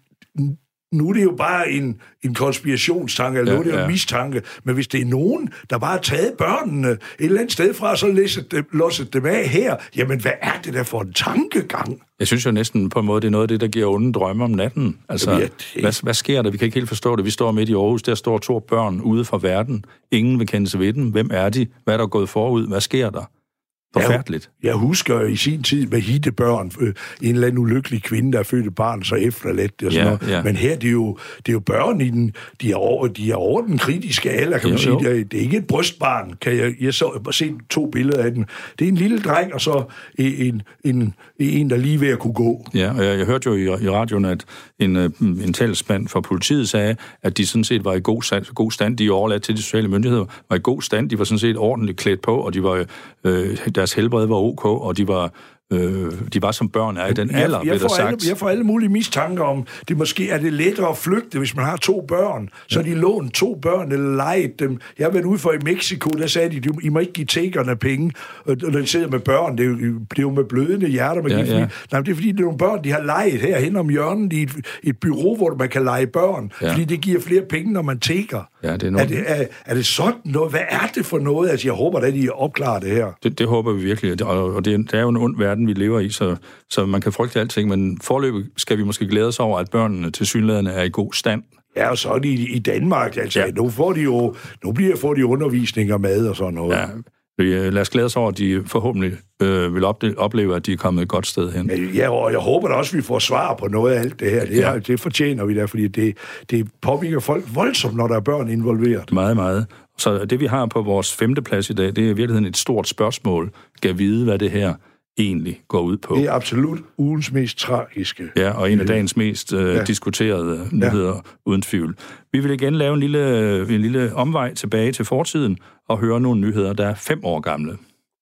Nu er det jo bare en, en konspirationstanke, eller ja, nu er det jo ja. en mistanke, men hvis det er nogen, der bare har taget børnene et eller andet sted fra, og så læsset dem, losset dem af her, jamen hvad er det der for en tankegang? Jeg synes jo næsten på en måde, det er noget af det, der giver onde drømme om natten. Altså, ja, det... hvad, hvad sker der? Vi kan ikke helt forstå det. Vi står midt i Aarhus, der står to børn ude fra verden. Ingen vil kende sig ved dem. Hvem er de? Hvad er der gået forud? Hvad sker der? Forfærdeligt. Jeg, jeg husker i sin tid med hittebørn, øh, en eller anden ulykkelig kvinde, der fødte barn så efterladt og sådan ja, noget. Ja. Men her, det er, jo, det er jo børn i den, de er over, de er over den kritiske alder, kan man jo, sige. Jo. Det er ikke et brystbarn, kan jeg, jeg så jeg se to billeder af den. Det er en lille dreng, og så en, en, en der lige ved at kunne gå. Ja, og jeg, jeg hørte jo i, i radioen, at en, en talsmand for politiet sagde, at de sådan set var i god stand, god stand. De overladt til de sociale myndigheder, var i god stand. De var sådan set ordentligt klædt på, og de var øh, deres helbred var ok, og de var, øh, de var som børn er i den alder, jeg, jeg, blev der sagt. Alle, jeg får alle mulige mistanker om, det måske er det lettere at flygte, hvis man har to børn. Så ja. de lånt to børn eller lejet dem. Jeg har været ude for i Mexico, der sagde de, I må ikke give tiggerne penge, og når de sidder med børn, det er jo, det er jo med blødende hjerter. Man ja, ja. Nej, det er fordi, det er nogle børn, de har lejet herhen om hjørnet i et, et bureau, hvor man kan lege børn, ja. fordi det giver flere penge, når man tigger. Ja, det er, noget... er, det, er, er det sådan noget? Hvad er det for noget? Altså, jeg håber, at de opklarer det her. Det, det håber vi virkelig, og det, det er jo en ond verden, vi lever i, så, så man kan frygte alting, men forløbet skal vi måske glæde os over, at børnene til synlæderne er i god stand. Ja, og så er de i Danmark, altså. Ja. Nu får de jo, nu bliver får de undervisning og mad og sådan noget. Ja, lad os glæde os over, at de forhåbentlig øh, vil opleve, at de er kommet et godt sted hen. Ja, og jeg håber da også, at vi får svar på noget af alt det her. Det, ja. det fortjener vi da, fordi det, det påvirker folk voldsomt, når der er børn involveret. Meget, meget. Så det, vi har på vores femte plads i dag, det er i virkeligheden et stort spørgsmål. Skal vide, hvad det her egentlig går ud på. Det er absolut ugens mest tragiske. Ja, og en af dagens mest øh, ja. diskuterede nyheder, ja. uden tvivl. Vi vil igen lave en lille, en lille omvej tilbage til fortiden og høre nogle nyheder, der er fem år gamle.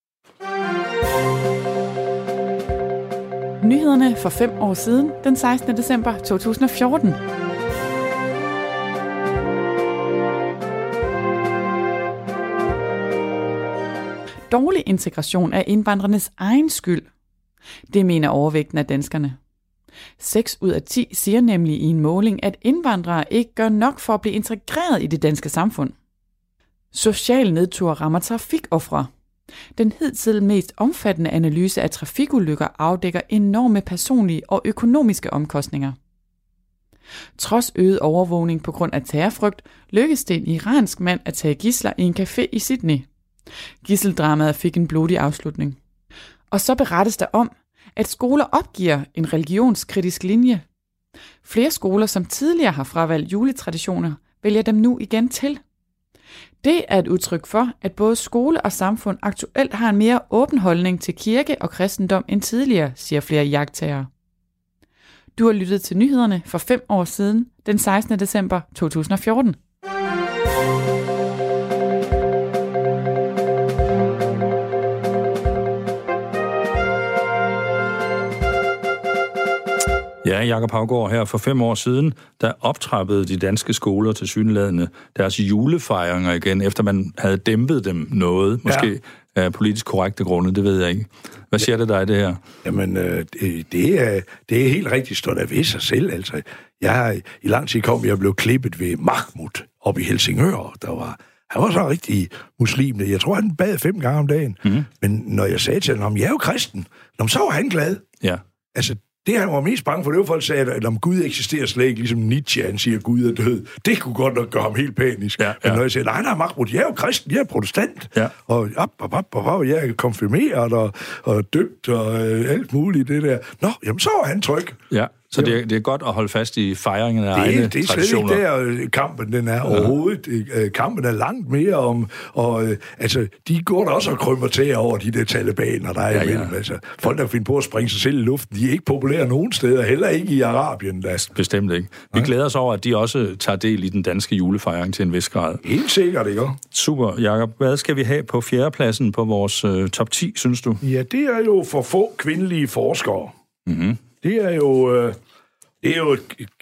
Nyhederne for fem år siden, den sekstende december to tusind og fjorten. Dårlig integration er indvandrernes egen skyld. Det mener overvægten af danskerne. seks ud af ti siger nemlig i en måling, at indvandrere ikke gør nok for at blive integreret i det danske samfund. Social nedtur rammer trafikoffere. Den hidtil mest omfattende analyse af trafikulykker afdækker enorme personlige og økonomiske omkostninger. Trods øget overvågning på grund af terrorfrygt, lykkedes det en iransk mand at tage gidsler i en café i Sydney. Gidseldramaet fik en blodig afslutning. Og så berettes der om, at skoler opgiver en religionskritisk linje. Flere skoler, som tidligere har fravalgt juletraditioner, vælger dem nu igen til. Det er et udtryk for, at både skole og samfund aktuelt har en mere åben holdning til kirke og kristendom end tidligere, siger flere iagttagere. Du har lyttet til nyhederne for fem år siden, den sekstende december to tusind og fjorten. Ja, Jakob Haugaard her for fem år siden, der optrappede de danske skoler til synlædende deres julefejringer igen, efter man havde dæmpet dem noget, måske ja. af politisk korrekte grunde, det ved jeg ikke. Hvad siger det dig, det her? Jamen, øh, det, er, det er helt rigtigt stået af ved sig selv, altså. Jeg har i lang tid kom, jeg blev klippet ved Mahmoud op i Helsingør, der var Han var så rigtig muslim. Jeg tror, han bad fem gange om dagen. Mm. Men når jeg sagde til ham, jeg er jo kristen, så var han glad. Ja. Altså, det han var mest bange for, det var folk sagde, at om Gud eksisterer slet ikke, ligesom Nietzsche, han siger, at Gud er død. Det kunne godt nok gøre ham helt panisk. Ja, ja. Men når jeg siger, nej, nej, Mahmoud, jeg er jo kristen, jeg er protestant, ja. og op, op, op, op, op, jeg er konfirmeret og, og døbt og øh, alt muligt det der. Nå, jamen så var han tryg. Ja. Så det er, det er godt at holde fast i fejringen af det, egne det traditioner. Det er slet ikke der, kampen den er ja. overhovedet. Kampen er langt mere om, og altså, de går der også og krymmer til over de der talibaner, der er ja, imellem. Ja. Altså, folk, der finder på at springe sig selv i luften, de er ikke populære nogen steder, heller ikke i Arabien. Da. Bestemt ikke. Vi ja. glæder os over, at de også tager del i den danske julefejring til en vis grad. Helt sikkert, ikke? Super, Jakob. Hvad skal vi have på fjerdepladsen på vores uh, top ti, synes du? Ja, det er jo for få kvindelige forskere. Mhm. Det er jo, øh, det er jo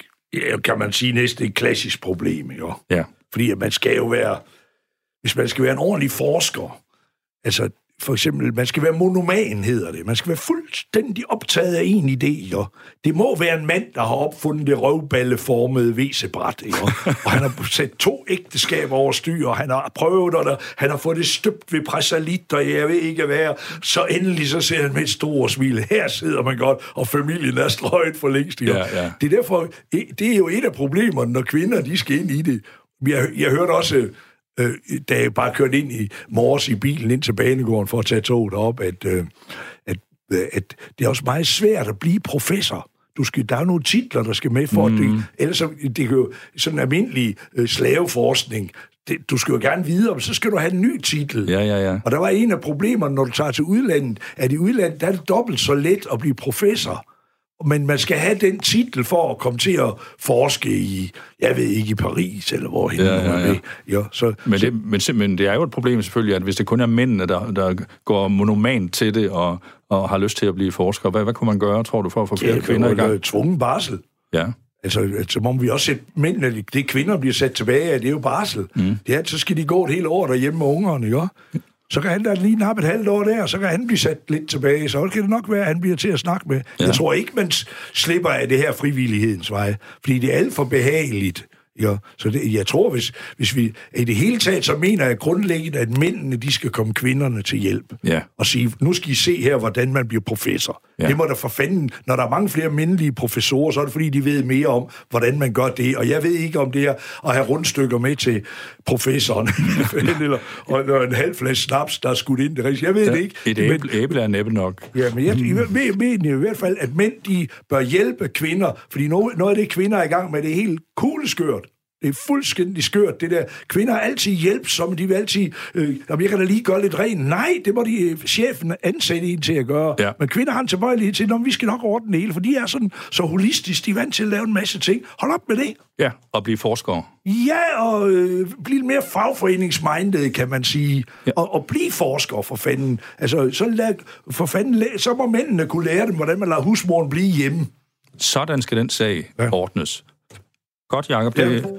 et, kan man sige, næsten et klassisk problem, ikke? Ja. Fordi at man skal jo være, hvis man skal være en ordentlig forsker, altså for eksempel, man skal være monoman, hedder det. Man skal være fuldstændig optaget af en idé, og det må være en mand, der har opfundet det røvballeformede væsebræt, ikke? Og han har sat to ægteskaber over styr, og han har prøvet, og der, han har fået det støbt ved presalit, og jeg ved ikke hvad, så endelig så ser han med et stort smil. Her sidder man godt, og familien er strøget for længst, ikke? Ja, ja. Det er derfor, det er jo et af problemerne, når kvinder, de skal ind i det. Jeg, jeg hørte også, øh, da jeg bare kørte ind i morges i bilen ind til banegården for at tage toget op, at, øh, at, øh, at det er også meget svært at blive professor. Du skal, der er nogle titler, der skal med for mm. det. Ellers det er jo sådan en almindelig øh, slaveforskning. Det, du skal jo gerne videre, men så skal du have en ny titel. Ja, ja, ja. Og der var en af problemerne, når du tager til udlandet, at i udlandet der er det dobbelt så let at blive professor. Men man skal have den titel for at komme til at forske i, jeg ved ikke, i Paris, eller hvorhen. Ja, ja, ja. Ja, så, men, det, men, men det er jo et problem selvfølgelig, at hvis det kun er mændene, der, der går monomant til det, og, og har lyst til at blive forsker, hvad, hvad kunne man gøre, tror du, for at få flere ja, kvinder i gang? Ja, tvungen barsel. Ja. Altså, så må vi også sætte mændene, det kvinder bliver sat tilbage af, det er jo barsel. Mm. Ja, så skal de gå et helt år derhjemme med ungerne, ikke? Så kan han da lige nappe et halvt år der, så kan han blive sat lidt tilbage. Så kan det nok være, at han bliver til at snakke med. Ja. Jeg tror ikke, man slipper af det her frivillighedens vej, fordi det er alt for behageligt. Ja, så det, jeg tror, hvis, hvis vi i det hele taget, så mener jeg grundlæggende, at mændene, de skal komme kvinderne til hjælp. Ja. Og sige, nu skal I se her, hvordan man bliver professor. Ja. Det må der for fanden, når der er mange flere mandlige professorer, så er det fordi, de ved mere om, hvordan man gør det. Og jeg ved ikke om det er at have rundstykker med til professoren, eller og en halv flaske snaps, der er skudt ind. Jeg ved ja, det ikke. Et æble, men, æble er næppe nok. Ja, men jeg mener i hvert fald, at mænd, de bør hjælpe kvinder, fordi noget, noget af det, kvinder er i gang med, det er helt kugleskørt. Det er fuldstændig skørt, det der. Kvinder er altid hjælpsomme, de vil altid, øh, om jeg kan da lige gøre lidt rent. Nej, det må de, chefen ansætte en til at gøre. Ja. Men kvinder har en tilbøjelighed til, at vi skal nok ordne det hele, for de er sådan så holistisk, de er vant til at lave en masse ting. Hold op med det. Ja, og blive forskere. Ja, og øh, blive mere fagforeningsmindet, kan man sige. Ja. Og, og blive forskere, for fanden. Altså, så, lad, for fanden, så må mændene kunne lære dem, hvordan man lader husmoren blive hjemme. Sådan skal den sag ja. ordnes. Godt, Jacob. Det... Ja.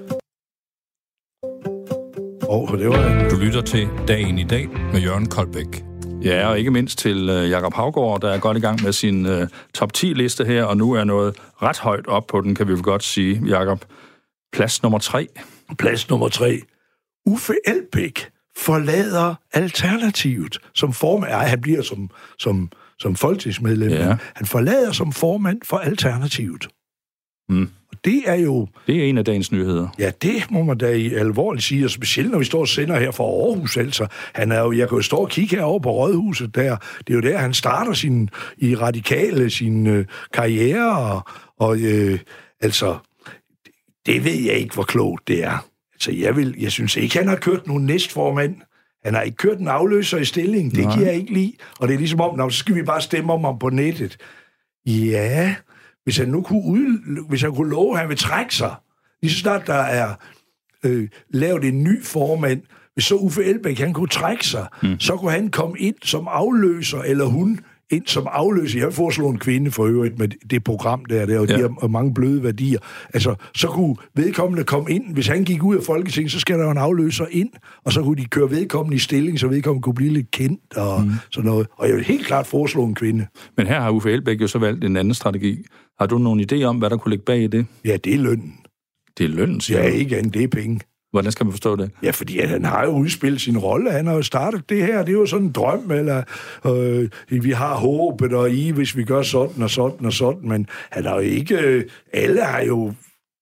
Oh, det var... Du lytter til Dagen i dag med Jørgen Koldbæk. Ja, og ikke mindst til uh, Jacob Haugaard, der er godt i gang med sin uh, top ti-liste her, og nu er noget ret højt op på den, kan vi vel godt sige, Jacob. Plads nummer tre. Plads nummer tre. Uffe Elbæk forlader Alternativet som formand. Ej, han bliver som, som, som folketingsmedlem. Ja. Han forlader som formand for Alternativet. Mm. Det er jo... Det er en af dagens nyheder. Ja, det må man da i alvorligt sige, og specielt når vi står og sender her fra Aarhus, altså. Han er jo, jeg kan jo stå og kigge herovre på Rådhuset der. Det er jo der, han starter sin, i radikale sin øh, karriere, og, og øh, altså, det ved jeg ikke, hvor klogt det er. Altså, jeg, vil, jeg synes ikke, han har kørt nogen næstformand. Han har ikke kørt en afløser i stilling. Det Nej. giver jeg ikke lide. Og det er ligesom om, nå, så skal vi bare stemme om ham på nettet. Ja... Hvis han nu kunne, ud, hvis han kunne love, at han vil trække sig, lige så snart der er øh, lavet en ny formand, hvis så Uffe Elbæk, han kunne trække sig, mm. så kunne han komme ind som afløser, eller hun ind som afløser. Jeg foreslår en kvinde for øvrigt med det program der, der og ja. de har mange bløde værdier. Altså, så kunne vedkommende komme ind. Hvis han gik ud af Folketinget, så skal der jo en afløser ind, og så kunne de køre vedkommende i stilling, så vedkommende kunne blive lidt kendt og mm. sådan noget. Og jeg vil helt klart foreslå en kvinde. Men her har Uffe Elbæk jo så valgt en anden strategi. Har du nogen idé om, hvad der kunne ligge bag i det? Ja, det er lønnen. Det er lønnen, siger Ja, du? ikke andet, det er penge. Hvordan skal man forstå det? Ja, fordi han har jo udspillet sin rolle. Han har jo startet det her. Det er jo sådan en drøm, eller øh, vi har håbet og i, hvis vi gør sådan og sådan og sådan. Men han har jo ikke... Øh, alle har jo...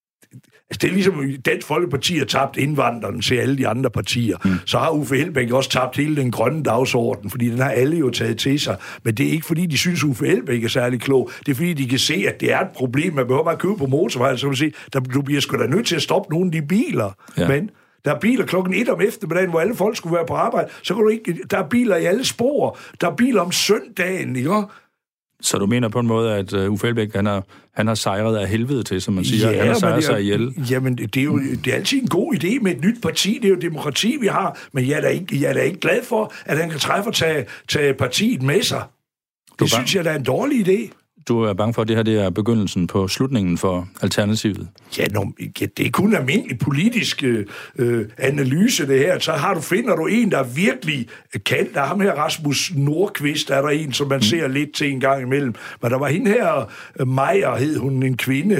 Altså, det er ligesom, Dansk Folkeparti har tabt indvandreren til alle de andre partier. Mm. Så har Uffe Elbæk også tabt hele den grønne dagsorden, fordi den har alle jo taget til sig. Men det er ikke, fordi de synes, Uffe Elbæk er særlig klog. Det er, fordi de kan se, at det er et problem. Man behøver bare at købe på motorvejen, så kan man sige, der, du bliver sgu da nødt til at stoppe nogle af de biler. Ja. Men der er biler klokken et om eftermiddagen, hvor alle folk skulle være på arbejde. Så kan du ikke... Der er biler i alle spor. Der er biler om søndagen, ikke? Så du mener på en måde, at uh, Uffe Elbæk, han har, han har sejret af helvede til, som man siger. Ja, han har sejret sig ihjel. Jamen, det er jo det er altid en god idé med et nyt parti. Det er jo demokrati, vi har. Men jeg er da ikke, jeg er da ikke glad for, at han kan træffe og tage, tage partiet med sig. Det du synes jeg, der er en dårlig idé. Du er bange for, at det her det er begyndelsen på slutningen for Alternativet? Ja, no, ja det er kun almindelig politisk øh, analyse, det her. Så har du, finder du en, der virkelig kan. Der er ham her, Rasmus Nordqvist, er der en, som man mm. ser lidt til en gang imellem. Men der var hende her, Maja, hed hun, en kvinde,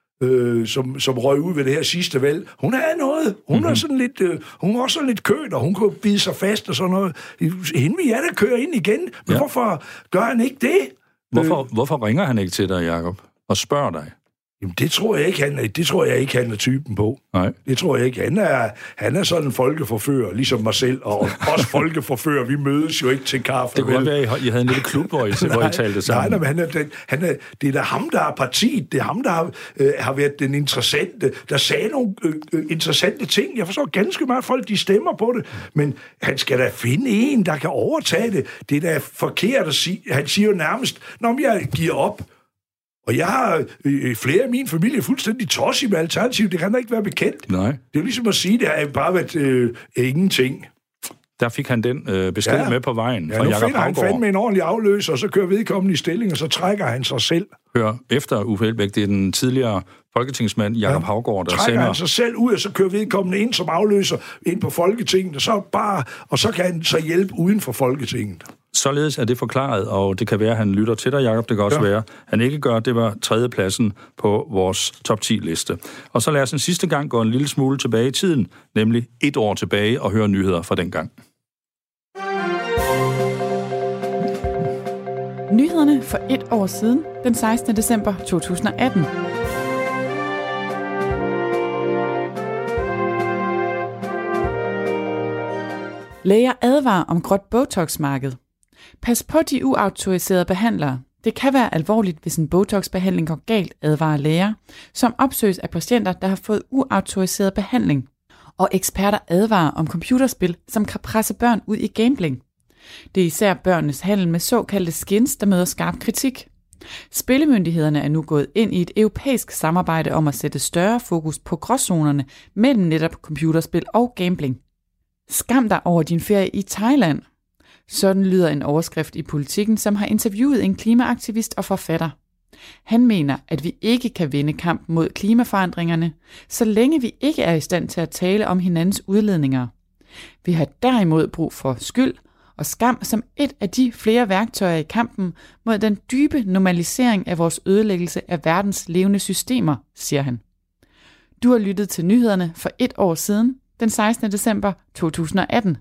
øh, som, som røg ud ved det her sidste valg. Hun havde noget. Hun mm-hmm. er sådan lidt, øh, hun var sådan lidt kød, og hun kunne bide sig fast og sådan noget. Hende vil jeg da køre ind igen. Men ja. Hvorfor gør han ikke det? Hvorfor, hvorfor ringer han ikke til dig, Jacob, og spørger dig? Jamen, det tror jeg ikke, han er, det tror jeg ikke, han er typen på. Nej. Det tror jeg ikke. Han er, han er sådan en folkeforfører, ligesom mig selv, og også folkeforfører. Vi mødes jo ikke til kaffe. Det kunne godt være, I havde en lille klub, hvor I, hvor I talte sammen. Nej, nej, men han er, han er, det er da ham, der er partiet. Det er ham, der har, øh, har været den interessante, der sagde nogle øh, interessante ting. Jeg forstår ganske meget, folk de stemmer på det, men han skal da finde en, der kan overtage det. Det er da forkert at sige. Han siger jo nærmest, når jeg giver op. Og jeg har øh, flere af min familie fuldstændig tosset med Alternativet. Det kan da ikke være bekendt. Nej. Det er jo ligesom at sige, det har bare været øh, ingenting. Der fik han den øh, besked ja. med på vejen ja, fra Jacob Haugaard. Ja, nu finder han fandme en ordentlig afløser, og så kører vedkommende i stilling, og så trækker han sig selv. Hør efter Uffe Elbæk, det er den tidligere folketingsmand Jacob ja. Haugaard, der trækker sender... han sig selv ud, og så kører vedkommende ind som afløser ind på Folketinget, og så, bare, og så kan han så hjælpe uden for Folketinget. Således er det forklaret, og det kan være, at han lytter til dig, Jacob. Det kan også ja. være, at han ikke gør. Det var tredjepladsen på vores top ti-liste. Og så lad os en sidste gang gå en lille smule tilbage i tiden, nemlig et år tilbage, og høre nyheder fra den gang. Nyhederne for et år siden, den sekstende december to tusind og atten. Læger advarer om gråt botox-marked. Pas på de uautoriserede behandlere. Det kan være alvorligt, hvis en botox-behandling går galt, advarer læger, som opsøges af patienter, der har fået uautoriseret behandling. Og eksperter advarer om computerspil, som kan presse børn ud i gambling. Det er især børnenes handel med såkaldte skins, der møder skarp kritik. Spillemyndighederne er nu gået ind i et europæisk samarbejde om at sætte større fokus på gråzonerne mellem netop computerspil og gambling. Skam dig over din ferie i Thailand. Sådan lyder en overskrift i Politiken, som har interviewet en klimaaktivist og forfatter. Han mener, at vi ikke kan vinde kampen mod klimaforandringerne, så længe vi ikke er i stand til at tale om hinandens udledninger. Vi har derimod brug for skyld og skam som et af de flere værktøjer i kampen mod den dybe normalisering af vores ødelæggelse af verdens levende systemer, siger han. Du har lyttet til nyhederne for et år siden, den sekstende december to tusind og atten.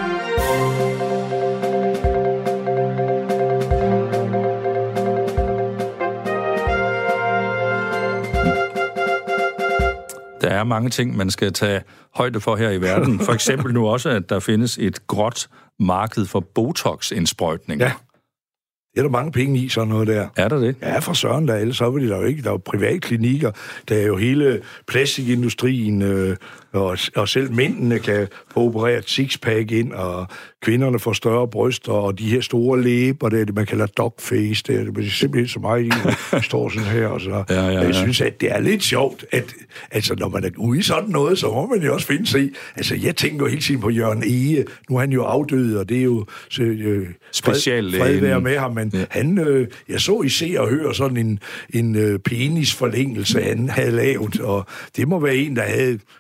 Der er mange ting, man skal tage højde for her i verden. For eksempel nu også, at der findes et gråt marked for Botox-indsprøjtning. Ja, det er der mange penge i, sådan noget der. Er der det? Ja, for søren der, ellers så vil det der jo ikke. Der er jo privatklinikker, der er jo hele plastikindustrien, øh, og, og selv mændene kan få opereret sixpack ind, og kvinderne får større bryster, og de her store læber, det er det, man kalder dogface, det er, det er simpelthen så meget i, der står sådan her, og så. Ja, ja, ja. Jeg synes, at det er lidt sjovt, at altså, når man er ude i sådan noget, så må man jo også finde sig i. Altså, jeg tænker jo hele tiden på Jørgen Ege. Nu er han jo afdød, og det er jo så, øh, speciallægen. Fred være med ham, men ja. han, øh, jeg så I Se og Hør sådan en, en øh, penisforlængelse, han havde lavet, og det må være en, der havde,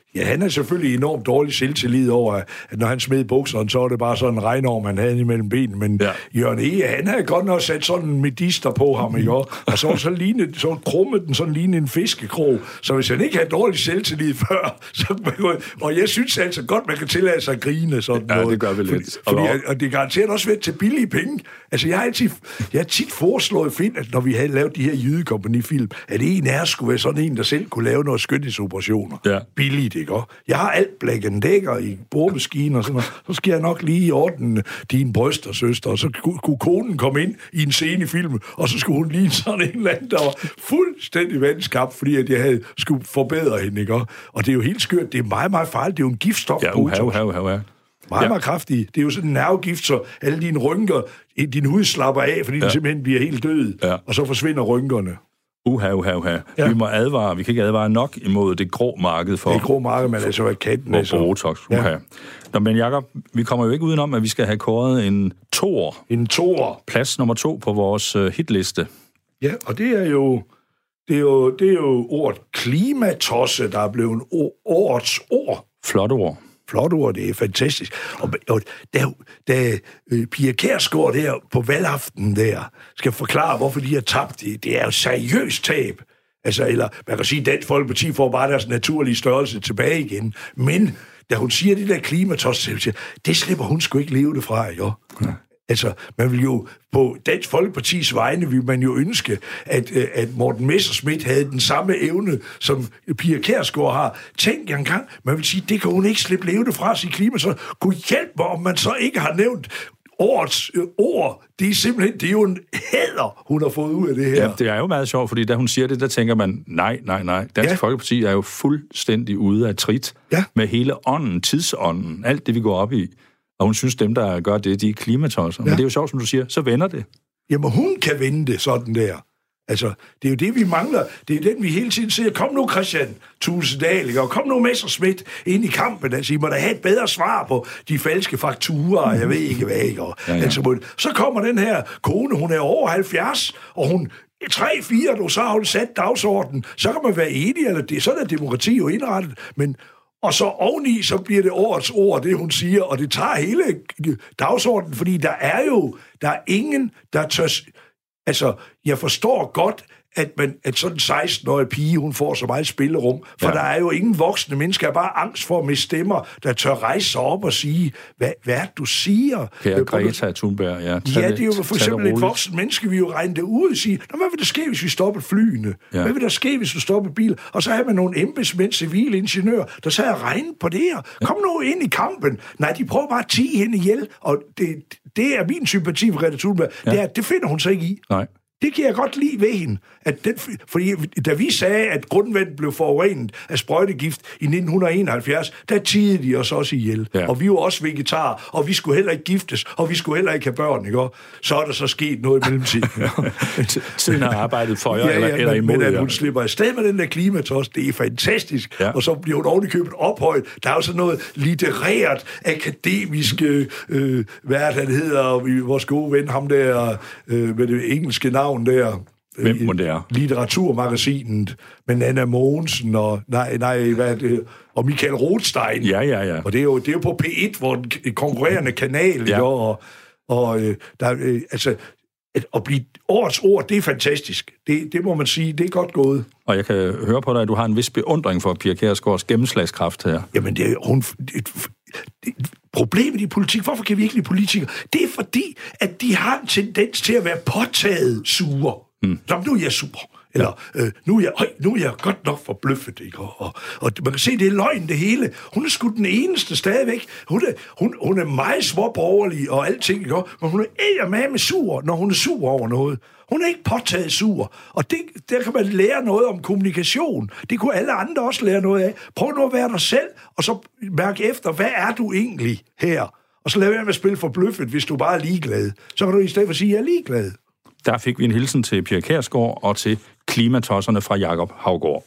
Ja, han er selvfølgelig enormt dårlig selvtillid over, at når han smed bukserne, så var det bare sådan en regnorm, man havde imellem benene. Men ja. Jørgen E., han havde godt nok sat sådan en medister på ham, ikke? Og så så lignede, så krummet den sådan lignede en fiskekrog. Så hvis han ikke havde dårlig selvtillid før, så man, og jeg synes altså godt, man kan tillade sig at grine sådan ja, noget. Ja, det gør vi lidt. Fordi, fordi, og det garanteret også været til billige penge. Altså, jeg har altid, jeg har tit foreslået Finn, at når vi havde lavet de her jydekompagni-film, at en af os skulle være sådan en, der selv kunne lave noget skønhedsoperationer. Ja. Billigt, ikke? Jeg har alt Black and Decker i bordmaskinen og sådan noget. Så skal jeg nok lige i orden dine bryster, søster. Og så kunne konen komme ind i en scene i filmen, og så skulle hun lige sådan en eller anden, der var fuldstændig vandskab, fordi at jeg havde skulle forbedre hende, ikke? Og det er jo helt skørt. Det er meget, meget farligt. Det er jo en giftstof. Ja, uha, uha, uha, uha. Meget, ja. meget kraftig. Det er jo sådan en nervegift, så alle dine rynker, din hud slapper af, fordi ja. den simpelthen bliver helt død, ja. og så forsvinder rynkerne. Uha, uha, uha. Ja. Vi må advare, vi kan ikke advare nok imod det grå marked for... Det grå marked, men altså, hvad katten er så... Botox, uha. Ja. Nå, men Jacob, vi kommer jo ikke udenom, at vi skal have kåret en toer. En toer. Plads nummer to på vores uh, hitliste. Ja, og det er jo... Det er jo, det er jo ordet klimatosse, der er blevet årets ord. Flot ord. Flot ord, det er fantastisk. Og, og da, da uh, Pia Kjærsgaard der på valgaften der skal forklare, hvorfor de har tabt, det, det er jo seriøst tab. Altså, eller man kan sige, at Dansk Folkeparti får bare deres naturlige størrelse tilbage igen. Men da hun siger det der klimatos, det slipper hun sgu ikke leve det fra, jo. Ja. Altså, man vil jo på Dansk Folkepartis vegne, vil man jo ønske, at, at Morten Messerschmidt havde den samme evne, som Pia Kjærsgaard har. Tænk jer engang, man vil sige, det kan hun ikke slippe leve det fra sig klima, så kunne hjælpe mig, om man så ikke har nævnt årets øh, ord. Det er simpelthen, det er jo en hæder, hun har fået ud af det her. Ja, det er jo meget sjovt, fordi da hun siger det, der tænker man, nej, nej, nej. Dansk ja. Folkeparti er jo fuldstændig ude af trit ja. med hele ånden, tidsånden, alt det, vi går op i. Og hun synes, dem, der gør det, de er klimatosser. Ja. Men det er jo sjovt, som du siger, så vender det. Jamen, hun kan vende det sådan der. Altså, det er jo det, vi mangler. Det er den, vi hele tiden siger, kom nu, Christian Thulesen og kom nu, Messerschmidt, ind i kampen. Altså, I må da have et bedre svar på de falske fakturer, jeg ved ikke hvad, ikke? Og, ja, ja. Altså, så kommer den her kone, hun er over halvfjerds, og hun tre, fire, så har hun sat dagsordenen. Så kan man være enig, eller det, sådan er demokrati jo indrettet, men og så oveni, så bliver det årets ord, det hun siger, og det tager hele dagsordenen, fordi der er jo, der er ingen, der tør... Altså, jeg forstår godt, at, man, at sådan en seksten-årig pige, hun får så meget spillerum, for ja. der er jo ingen voksne mennesker, der er bare angst for med stemmer, der tør rejse sig op og sige, hvad, hvad er det, du siger? Per Greta Thunberg, ja. Tag ja, det er jo for eksempel et voksen menneske, vi jo regne det ud og sige, Nå, hvad vil der ske, hvis vi stopper flyene? Ja. Hvad vil der ske, hvis du stopper biler? Og så har man nogle embedsmænd, civile ingeniører, der så har regnet på det her. Kom nu ind i kampen. Nej, de prøver bare at tige hende ihjel, og det, det er min sympati for Greta Thunberg. Ja. Det, er, det finder hun så ikke i. Nej. Det kan jeg godt lide ved hende. At den, fordi da vi sagde, at grundvandet blev forurenet af sprøjtegift i nitten enoghalvfjerds, der tidede de os også ihjel. Ja. Og vi var også vegetarer, og vi skulle heller ikke giftes, og vi skulle heller ikke have børn, ikke? Så er der så sket noget i mellemtiden. Siden har arbejdet for jer, ja, ja, eller, eller imod men, men at hun slipper afsted med den der klimatos, det er fantastisk. Ja. Og så bliver hun ovenikøbet ophøjet. Der er jo sådan noget litterært, akademisk, øh, hvad er det, han hedder, vores gode ven, ham der øh, med det engelske navn, der. Hvem må det er? Litteraturmagasinet med Nanna Mogensen og, nej, nej, hvad er det, og Michael Rothstein. Ja, ja, ja. Og det er jo, det er jo på P et, hvor en konkurrerende kanal, ja. og, og der, altså, at, at blive årets ord, det er fantastisk. Det, det må man sige, det er godt gået. Og jeg kan høre på dig, at du har en vis beundring for Pia Kjærsgaards gennemslagskraft her. Jamen, det er hun... Det, det, problemet i politik, hvorfor kan vi ikke lide politikere? Det er fordi, at de har en tendens til at være påtaget sure. Mm. Så nu er jeg sur. Eller, ja. øh, nu, er jeg, høj, nu er jeg godt nok forbløffet, ikke? Og, og, og man kan se, det er løgn, det hele. Hun er sgu den eneste stadigvæk. Hun er, hun, hun er meget småborgerlig og alting, ikke? Men hun er med sur, når hun er sur over noget. Hun er ikke påtaget sur. Og det, der kan man lære noget om kommunikation. Det kunne alle andre også lære noget af. Prøv nu at være dig selv, og så mærke efter, hvad er du egentlig her? Og så lad være med at spille forbløffet, hvis du bare er ligeglad. Så kan du i stedet for sige, at jeg er ligeglad. Der fik vi en hilsen til Pia Kjærsgaard og til klimatosserne fra Jacob Haugaard.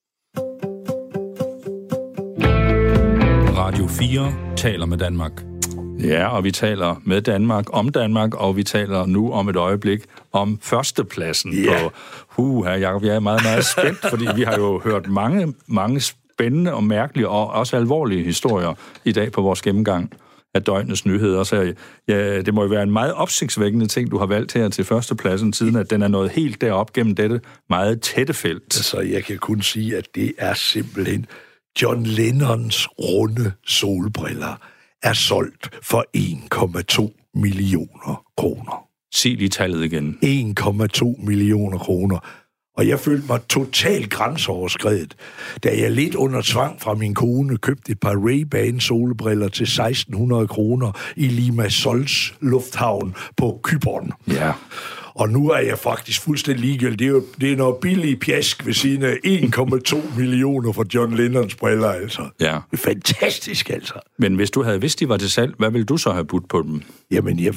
Radio fire taler med Danmark. Ja, og vi taler med Danmark om Danmark, og vi taler nu om et øjeblik om førstepladsen yeah. på... Huha, Jacob, jeg er meget, meget spændt, fordi vi har jo hørt mange, mange spændende og mærkelige og også alvorlige historier i dag på vores gennemgang af døgnets nyheder. Så ja, det må jo være en meget opsigtsvækkende ting, du har valgt her til førstepladsen, siden at den er nået helt derop gennem dette meget tætte felt. Så jeg kan kun sige, at det er simpelthen John Lennons runde solbriller er solgt for en komma to millioner kroner. Sig lige tallet igen. en komma to millioner kroner. Og jeg følte mig totalt grænseoverskredet, da jeg lidt under tvang fra min kone købte et par Ray-Ban solbriller til seksten hundrede kroner i Limassols lufthavn på Cypern. Ja. Og nu er jeg faktisk fuldstændig ligegyldig. Det er jo det er noget billig pjask ved siden af en komma to millioner for John Lennons briller, altså. Ja. Det er fantastisk, altså. Men hvis du havde vidst, de var til salg, hvad ville du så have budt på dem? Jamen, jeg,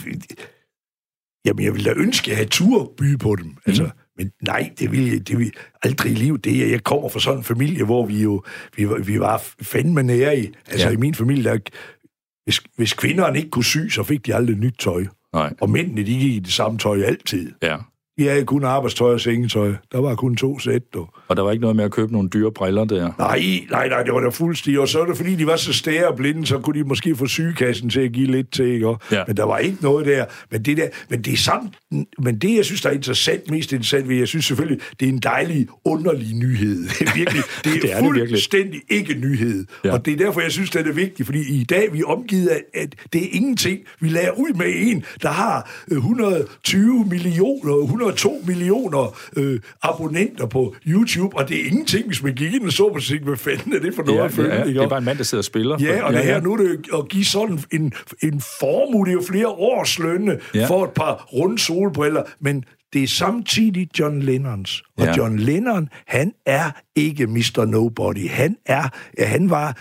jamen, jeg ville da ønske, at jeg havde tur byde på dem, altså. Mm. Men nej, det vil jeg, det vil aldrig i livet. Det er, jeg kommer fra sådan en familie, hvor vi jo vi, vi var fandme nære i. Altså ja. I min familie, der, hvis, hvis kvinderne ikke kunne sy, så fik de aldrig nyt tøj. Nej. Og mændene, de gik i det samme tøj altid. Ja. De havde kun arbejdstøj og sengetøj. Der var kun to sæt, dog. Og der var ikke noget med at købe nogle dyre briller der? Nej, nej, nej, det var da fuldstændig. Og så var det, fordi de var så stære og blinde, så kunne de måske få sygekassen til at give lidt til, ikke? Ja. Men der var ikke noget der. Men det, der, men det er samt, men det, jeg synes, der er interessant, mest interessant ved, jeg synes selvfølgelig, det er en dejlig, underlig nyhed. Det er virkelig, det er, det er fuldstændig det ikke nyhed. Ja. Og det er derfor, jeg synes, det er vigtigt, fordi i dag vi er omgivet af, at det er ingenting. Vi lærer ud med en, der har et hundrede og tyve millioner, et hundrede og to millioner øh, abonnenter på YouTube, og det er ingenting, hvis man gik ind og så på sig, hvad fanden er det for noget ja, at følge? Ja, det er bare en mand, der sidder og spiller. Ja, og ja, det her, ja. nu er det at give sådan en, en formue, det er jo flere års lønne ja. for et par runde solbriller, men det er samtidig John Lennons. Og ja. John Lennon, han er ikke mister Nobody. Han er, ja, han var...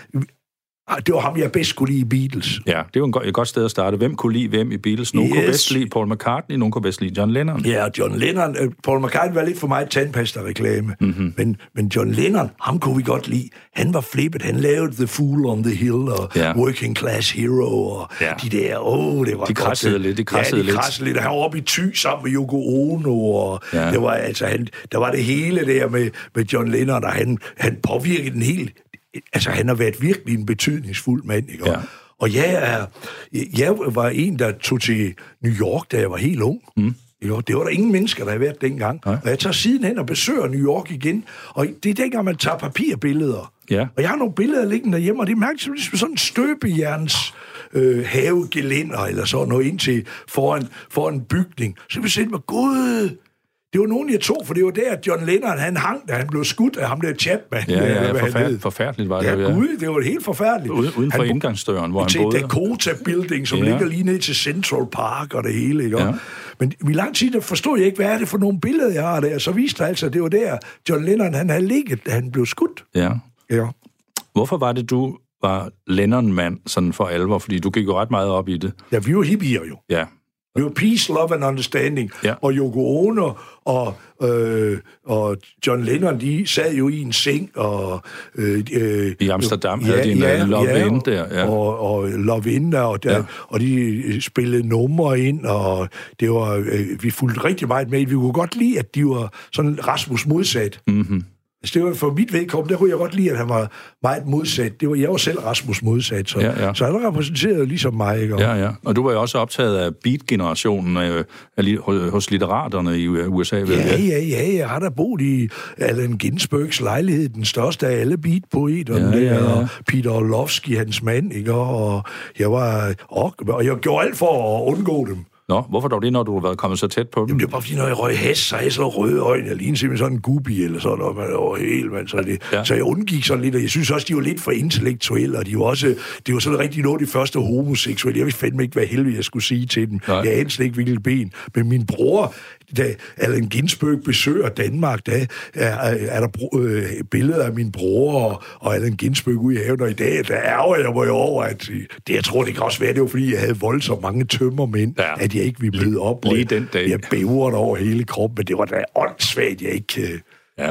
Det var ham, jeg bedst kunne lide i Beatles. Ja, det var et godt sted at starte. Hvem kunne lide hvem i Beatles? Nogen yes. kunne bedst lide Paul McCartney, nogen kunne bedst lide John Lennon. Ja, John Lennon. Paul McCartney var lidt for meget tandpasta-reklame. Mm-hmm. Men, men John Lennon, ham kunne vi godt lide. Han var flippet. Han lavede The Fool on the Hill og ja. Working Class Hero og ja. de der... Åh, oh, det var de krassede lidt. De krassede ja, de krassede lidt. lidt. Han var oppe i Thy sammen med Yoko Ono. Og ja. det var, altså, han, der var det hele der med, med John Lennon, og han, han påvirkede den helt... Altså, han har været virkelig en betydningsfuld mand, ikke? Ja. Og jeg, er, jeg var en, der tog til New York, da jeg var helt ung. Mm. Ikke? Det var der ingen mennesker, der havde været dengang. Ja. Og jeg tager sidenhen og besøger New York igen. Og det er dengang, man tager papirbilleder. Ja. Og jeg har nogle billeder liggende derhjemme, og det er mærkeligt, som sådan en støbejerns øh, havegelænder, eller sådan noget, ind til foran, foran en bygning. Så vi sætte mig, gud... Det var nogen, jeg tog, for det var der, at John Lennon, han hang, da han blev skudt af ham der Chapman. Ja, ja, ja forfærdeligt, forfærdeligt var det. Ja, gud, det var helt forfærdeligt. Uden, uden for indgangsdøren, hvor han til boede. Til Dakota Building, som ja. ligger lige ned til Central Park og det hele, ikke? Ja. Men i lang tid, der forstod jeg ikke, hvad er det for nogle billeder, jeg har der. Så viste det altså, at det var der, John Lennon, han havde ligget, da han blev skudt. Ja. Ja. Hvorfor var det, du var Lennon-mand sådan for alvor? Fordi du gik jo ret meget op i det. Ja, vi var hippier jo. Ja. Det var Peace, Love and Understanding. Ja. Og Yoko Ono og, øh, og John Lennon, de sad jo i en seng. Og, øh, øh, I Amsterdam ja, havde de en ja, Love ja, In der. Ja. Og, og Love In der, og, der, ja. og de spillede numre ind, og det var, øh, vi fulgte rigtig meget med. Vi kunne godt lide, at de var sådan Rasmus modsat. Mhm. Det var for mit vedkommende, der kunne jeg godt lide, at han var meget modsat. Det var, jeg var selv Rasmus modsat, så, ja, ja. så han repræsenterede ligesom mig. Ikke? Ja, ja. Og du var jo også optaget af beat-generationen øh, hos litteraterne i U S A. Ved ja, ja, ja. Jeg har da boet i Allen Ginsbergs lejlighed, den største af alle beat-poeterne. Ja, ja, ja. Og Peter Orlovsky, hans mand. Ikke? Og jeg var... Og, og jeg gjorde alt for at undgå dem. Nå, hvorfor dog det, når du har været kommet så tæt på dem? Jamen, det er bare fordi, når jeg røg has, så er jeg så røde øjne. Jeg ligner simpelthen sådan en gubi eller sådan noget. Man over helt, man. Så, det, ja. så jeg undgik sådan lidt, og jeg synes også, de var lidt for intellektuelle, og de var også, det var sådan rigtig noget de første homoseksuelle. Jeg vidste fandme ikke, hvad helvede jeg skulle sige til dem. Nej. Jeg anede slet ikke, hvilket ben. Men min bror, da Allen Ginsberg besøger Danmark, der er, er der øh, billeder af min bror og, og Allen Ginsberg ude i haven, og i dag, der ærger jeg mig over, at det, jeg tror, det kan også være, det var, fordi jeg havde voldsomt mange tømmermænd, ja. at jeg ikke ville blive op. Lige den dag. Jeg bævrede over hele kroppen, men det var da åndssvagt, jeg ikke... Ja.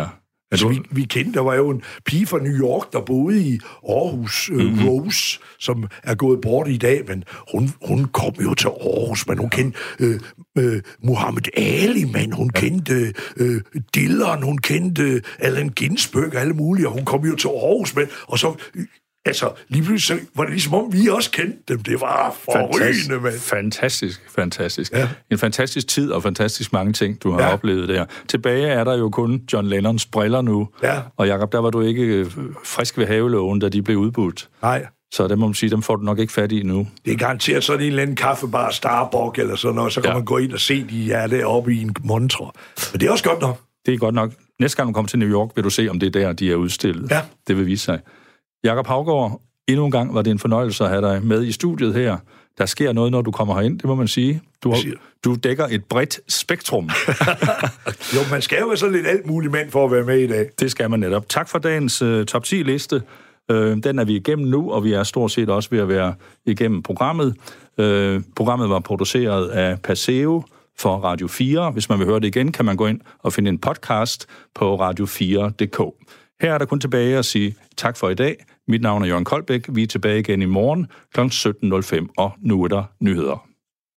Altså, vi, vi kendte, der var jo en pige fra New York, der boede i Aarhus, øh, mm-hmm. Rose, som er gået bort i dag, men hun, hun kom jo til Aarhus, men hun kendte øh, øh, Muhammad Ali, men hun ja. kendte øh, Dylan, hun kendte Allen Ginsberg og alle mulige, og hun kom jo til Aarhus, men, og så... Altså, lige pludselig var det ligesom om, vi også kendte dem. Det var forrygende, mand. Fantastisk, fantastisk. Ja. En fantastisk tid og fantastisk mange ting, du har ja. oplevet der. Tilbage er der jo kun John Lennons briller nu. Ja. Og Jacob, der var du ikke frisk ved havelågen, da de blev udbudt. Nej. Så det må man sige, dem får du nok ikke fat i nu. Det er garanteret sådan en eller anden kaffebar, Starbucks eller sådan noget, så kan ja. man gå ind og se, de er deroppe i en montre. Men det er også godt nok. Det er godt nok. Næste gang du kommer til New York, vil du se, om det er der, de er udstillet. Ja. Det vil vise sig. Jacob Haugaard, endnu en gang var det en fornøjelse at have dig med i studiet her. Der sker noget, når du kommer herind, det må man sige. Du, har, du dækker et bredt spektrum. Jo, man skal jo være sådan lidt alt muligt mand for at være med i dag. Det skal man netop. Tak for dagens uh, top ti-liste. Uh, den er vi igennem nu, og vi er stort set også ved at være igennem programmet. Uh, programmet var produceret af Paseo for Radio fire. Hvis man vil høre det igen, kan man gå ind og finde en podcast på radio fire punktum d k. Her er der kun tilbage at sige tak for i dag. Mit navn er Jørgen Koldbæk. Vi er tilbage igen i morgen kl. sytten nul fem, og nu er der nyheder.